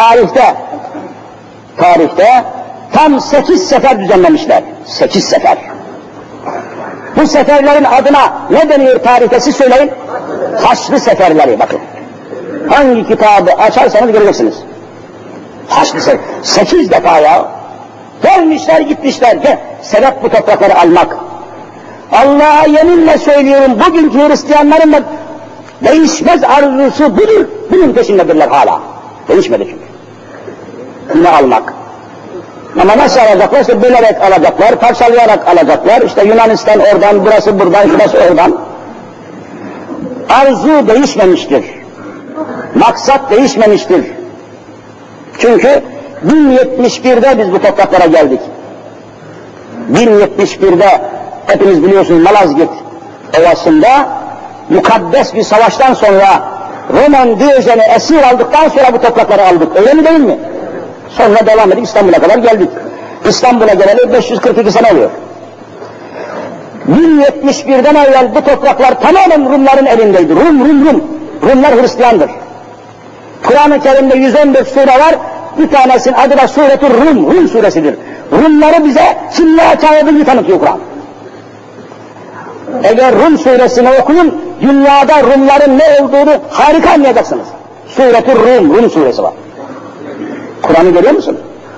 B: tarihte tam 8 sefer düzenlemişler. 8 sefer. Bu seferlerin adına ne deniyor tarihte siz söyleyin? Haçlı seferleri bakın. Hangi kitabı açarsanız göreceksiniz. Haçlı sefer. 8 defa ya. Gelmişler gitmişler. Sebep bu toprakları almak. Allah'a yeminle söylüyorum bugünkü Hristiyanların da değişmez arzusu budur. Bunun peşindedirler hala. Değişmedi çünkü. Yine almak. Ama nasıl alacaklar? İşte bölerek alacaklar, parçalayarak alacaklar. İşte Yunanistan oradan, burası buradan, şurası oradan. Arzu değişmemiştir. Maksat değişmemiştir. Çünkü 1071'de biz bu topraklara geldik. 1071'de hepiniz biliyorsunuz Malazgirt Ovası'nda mukaddes bir savaştan sonra Roman Diyojen'i esir aldıktan sonra bu toprakları aldık. Öyle mi değil mi? Sonra devam edip İstanbul'a kadar geldik. İstanbul'a geleli 542 sene oluyor. 1071'den evvel bu topraklar tamamen Rumların elindeydi. Rumlar Hristiyandır. Kur'an-ı Kerim'de 114 sure var. Bir tanesinin adı da Suretur Rum suresidir. Rumları bize Çinli'ye çağırdığını tanıtıyor Kur'an. Eğer Rum suresini okuyun, dünyada Rumların ne olduğunu harika anlayacaksınız. Suret-i Rum suresi var. Kur'an'ı görüyor musun?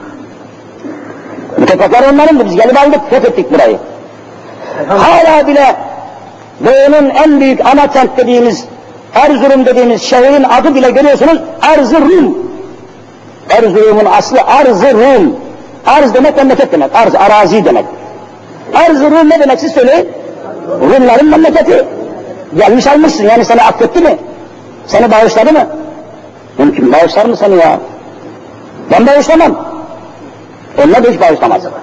B: Bu topraklar onlarındı, biz gelip aldık, fethettik burayı. Hala bile Doğu'nun en büyük ana kent dediğimiz, Erzurum dediğimiz şehrin adı bile görüyorsunuz, Arz-ı Rum. Erzurum'un aslı Arz-ı Rum. Arz demek memleket demek, arz, arazi demek. Arz-ı Rum ne demek siz söyleyin? Rumların memleketi. Gelmiş almışsın, yani seni affetti mi? Seni bağışladı mı? Mümkün, bağışlar mı seni ya? Ben bağışlamam. Onlar da hiç bağışlamazlar.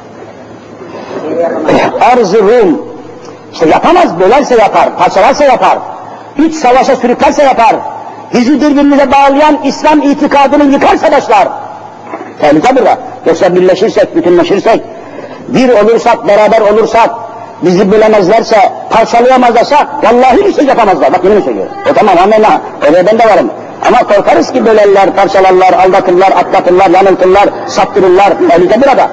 B: Arz-ı Rum, işte yapamaz, bölerse yapar, parçalarsa yapar, iç savaşa sürüklerse yapar, bizi birbirimize bağlayan İslam itikadını yıkarsa başlar. Tehlike burada. Yoksa birleşirsek, bütünleşirsek, bir olursak, beraber olursak, bizi bölemezlerse, parçalayamazlarsa, vallahi bir şey yapamazlar. Bak yine mi söylüyorum? O tamam, amenna, oraya ben de varım. Ama korkarız ki bölerler, parçalarlar, aldatırlar, atlatırlar, yanıltırlar, saptırırlar. Tehlike burada.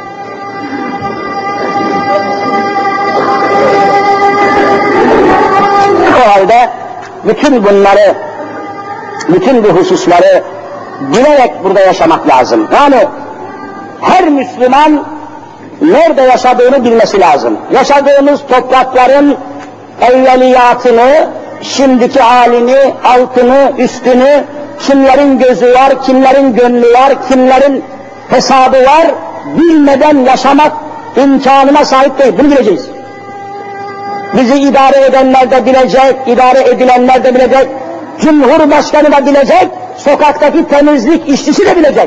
B: O halde bütün bunları, bütün bu hususları bilerek burada yaşamak lazım. Yani her Müslüman nerede yaşadığını bilmesi lazım. Yaşadığımız toprakların evveliyatını, şimdiki halini, altını, üstünü, kimlerin gözü var, kimlerin gönlü var, kimlerin hesabı var, bilmeden yaşamak imkanına sahip değil. Bunu bileceğiz. Bizi idare edenler de bilecek, idare edilenler de bilecek, Cumhurbaşkanı da bilecek, sokaktaki temizlik işçisi de bilecek.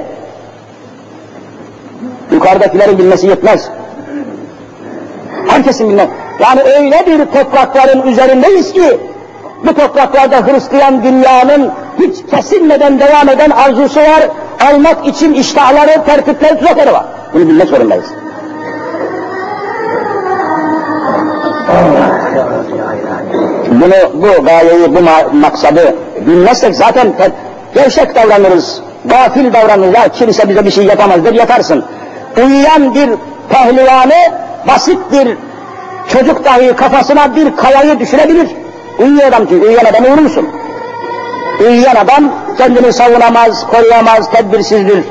B: Yukarıdakilerin bilmesi yetmez. Herkesin bilmesi. Yani öyle bir toprakların üzerindeyiz ki, bu topraklarda Hristiyan dünyanın hiç kesilmeden devam eden arzusu var, almak için iştahları, tertipleri, tuzakları var. Bunu bilmek zorundayız. Bu gayeyi, bu maksadı bilmezsek zaten gevşek davranırız, gafil davranırız. Ya kimse bize bir şey yapamaz der, yatarsın. Uyuyan bir pehlivanı, basit bir çocuk dahi kafasına bir kayayı düşürebilir. Uyuyor adam çünkü, uyuyan adamı vurur musun? Uyuyan adam kendini savunamaz, koruyamaz, tedbirsizdir.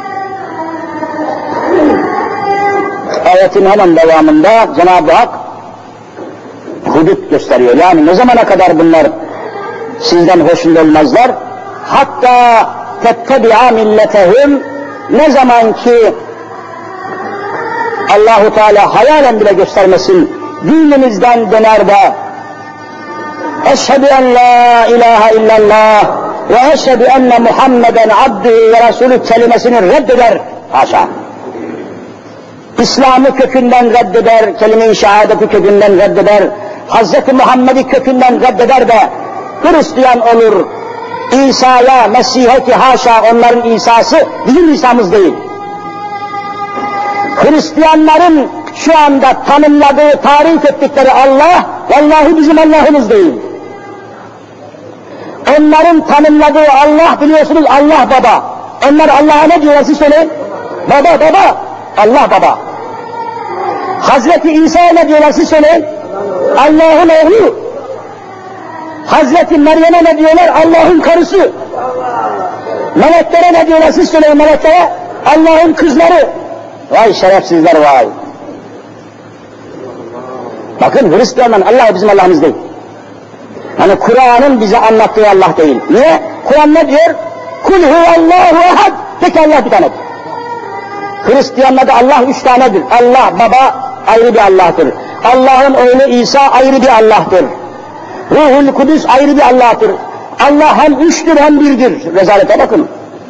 B: Ayetin hemen devamında Cenab-ı Hak hudut gösteriyor. Yani ne zamana kadar bunlar sizden hoşnut olmazlar? Hatta tettebi'a milletehum, ne zaman ki Allahu Teala hayalen bile göstermesin, dinimizden döner de eşhedü en la ilahe illallah ve eşhedü enne Muhammeden abdühü ve Resulü kelimesini reddeder. Haşa. İslam'ı kökünden reddeder, kelime-i şehadeti kökünden reddeder, Hz. Muhammed'i kökünden reddeder de Hristiyan olur. İsa'ya, Mesih'e ki haşa onların İsa'sı bizim İsa'mız değil. Hristiyanların şu anda tanımladığı, tarif ettikleri Allah, vallahi bizim Allah'ımız değil. Onların tanımladığı Allah biliyorsunuz Allah Baba. Onlar Allah'a ne diyorlar siz söyleyin? Baba, Baba. Allah Baba. Hazreti İsa'ya ne diyorlar siz söyleyin? Allah'ın oğlu. Hazreti Meryem'e ne diyorlar? Allah'ın karısı. Meleklere ne diyorlar siz söyleyin meleklere? Allah'ın kızları. Vay şerefsizler vay. Bakın Hristiyanlar Allah bizim Allah'ımız değil. Yani Kur'an'ın bize anlattığı Allah değil. Niye? Kur'an ne diyor? Kul huvallahu ehad. Tek Allah bir tanedir. Hristiyanlarda Allah üç tanedir. Allah Baba ayrı bir Allah'tır. Allah'ın oğlu İsa ayrı bir Allah'tır. Ruhul Kudüs ayrı bir Allah'tır. Allah hem üçtür hem birdir. Rezalete bakın.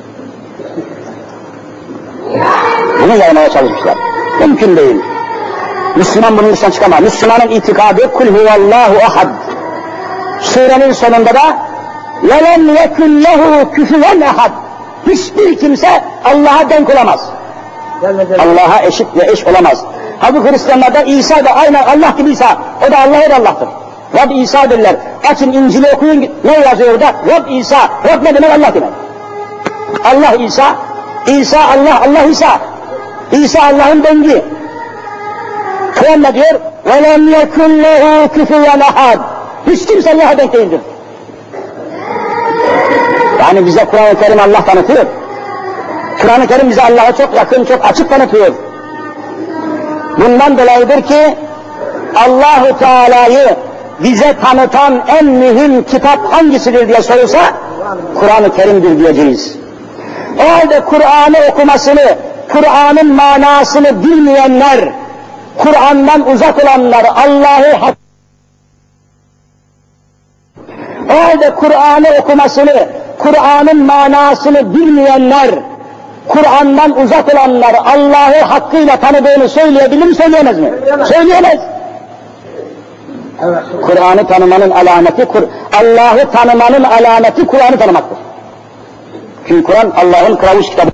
B: Bunu yaymaya çalışmışlar. Mümkün değil. Müslüman bunun dışından çıkamaz. Müslümanın itikadı kul huvallahu ahad. Surenin sonunda da وَلَمْ يَكُنْ لَهُ كُفُوًا اَحَدٍ. Hiçbir kimse Allah'a denk olamaz. Allah'a eşit ve eş olamaz. Halbuki Hristiyanlarda İsa da aynen Allah gibi İsa. O da Allah'ın Allah'tır. Rab İsa derler. Açın İncil'i okuyun. Ne yazıyor orada? Rab İsa. Rab ne demek? Allah demek. Allah İsa. İsa Allah. Allah İsa. İsa Allah'ın dengi. Kur'an ne diyor? وَلَمْ يَكُنْ لَهُ كُفُوًا أَحَدٌ. Hiç kimse Allah'a denk değildir. Yani bize Kur'an-ı Kerim Allah tanıtıyor. Kur'an-ı Kerim bize Allah'a çok yakın, çok açık tanıtıyor. Bundan dolayıdır ki Allah-u Teala'yı bize tanıtan en mühim kitap hangisidir diye sorulsa Kur'an-ı Kerim'dir diyeceğiz. O halde Kur'an'ı okumasını, Kur'an'ın manasını bilmeyenler, Kur'an'dan uzak olanlar, Allah'ı o halde Kur'an'ı okumasını, Kur'an'ın manasını bilmeyenler, Kur'an'dan uzak olanlar Allah'ı hakkıyla tanıdığını söyleyebilir mi, söyleyemez mi? Söyleyemez. Kur'an'ı tanımanın alameti, Allah'ı tanımanın alameti Kur'an'ı tanımaktır. Çünkü Kur'an Allah'ın kılavuz kitabı.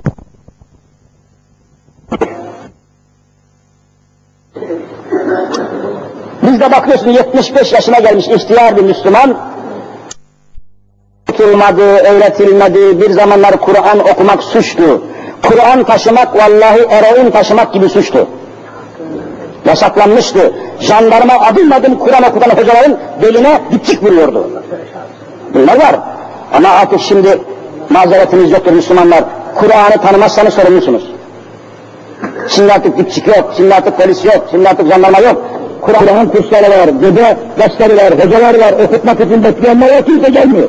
B: Biz de bakıyorsun 75 yaşına gelmiş ihtiyar bir Müslüman, okutulmadı, öğretilmedi, bir zamanlar Kur'an okumak suçtu. Kur'an taşımak vallahi eroin taşımak gibi suçtu. Yasaklanmıştı. Jandarma adım adım Kur'an okutan hocaların beline dipçik vuruyordu. Bunlar var. Ama artık şimdi mazeretiniz yoktur Müslümanlar. Kur'an'ı tanımazsanız sorumlusunuz. Şimdi artık dipçik yok, şimdi artık polis yok, şimdi artık jandarma yok. Kur'an kursları var, gece dersleri var, hocalar var, okutmak için bekleyenler var, kimse gelmiyor.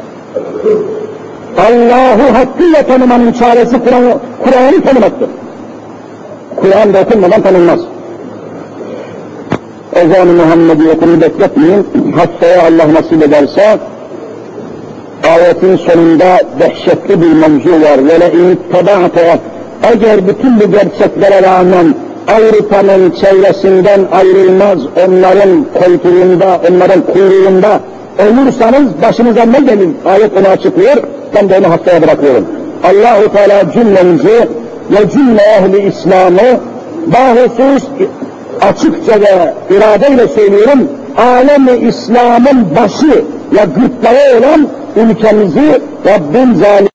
B: Allah'ı hakkıyla tanımanın çaresi Kur'an'ı tanımaktır. Kur'an da okunmadan tanınmaz. Ezan-ı Muhammed'i okunu bekletmeyin, haftaya Allah nasip ederse, ayetin sonunda dehşetli bir mevzu var. وَلَاِنْ تَبَعْتَ Eğer bütün bu gerçeklere rağmen Avrupa'nın çevresinden ayrılmaz, onların koltuğunda, onların kuyruğunda olursanız başınıza ne gelir? Ayet onu açıklıyor, ben de onu haftaya bırakıyorum. Allah-u Teala cümlemizi ve cümle ehli İslam'ı bahusus açıkça ve iradeyle söylüyorum, alem-i İslam'ın başı ve gırtlağı olan ülkemizi Rabbim zalim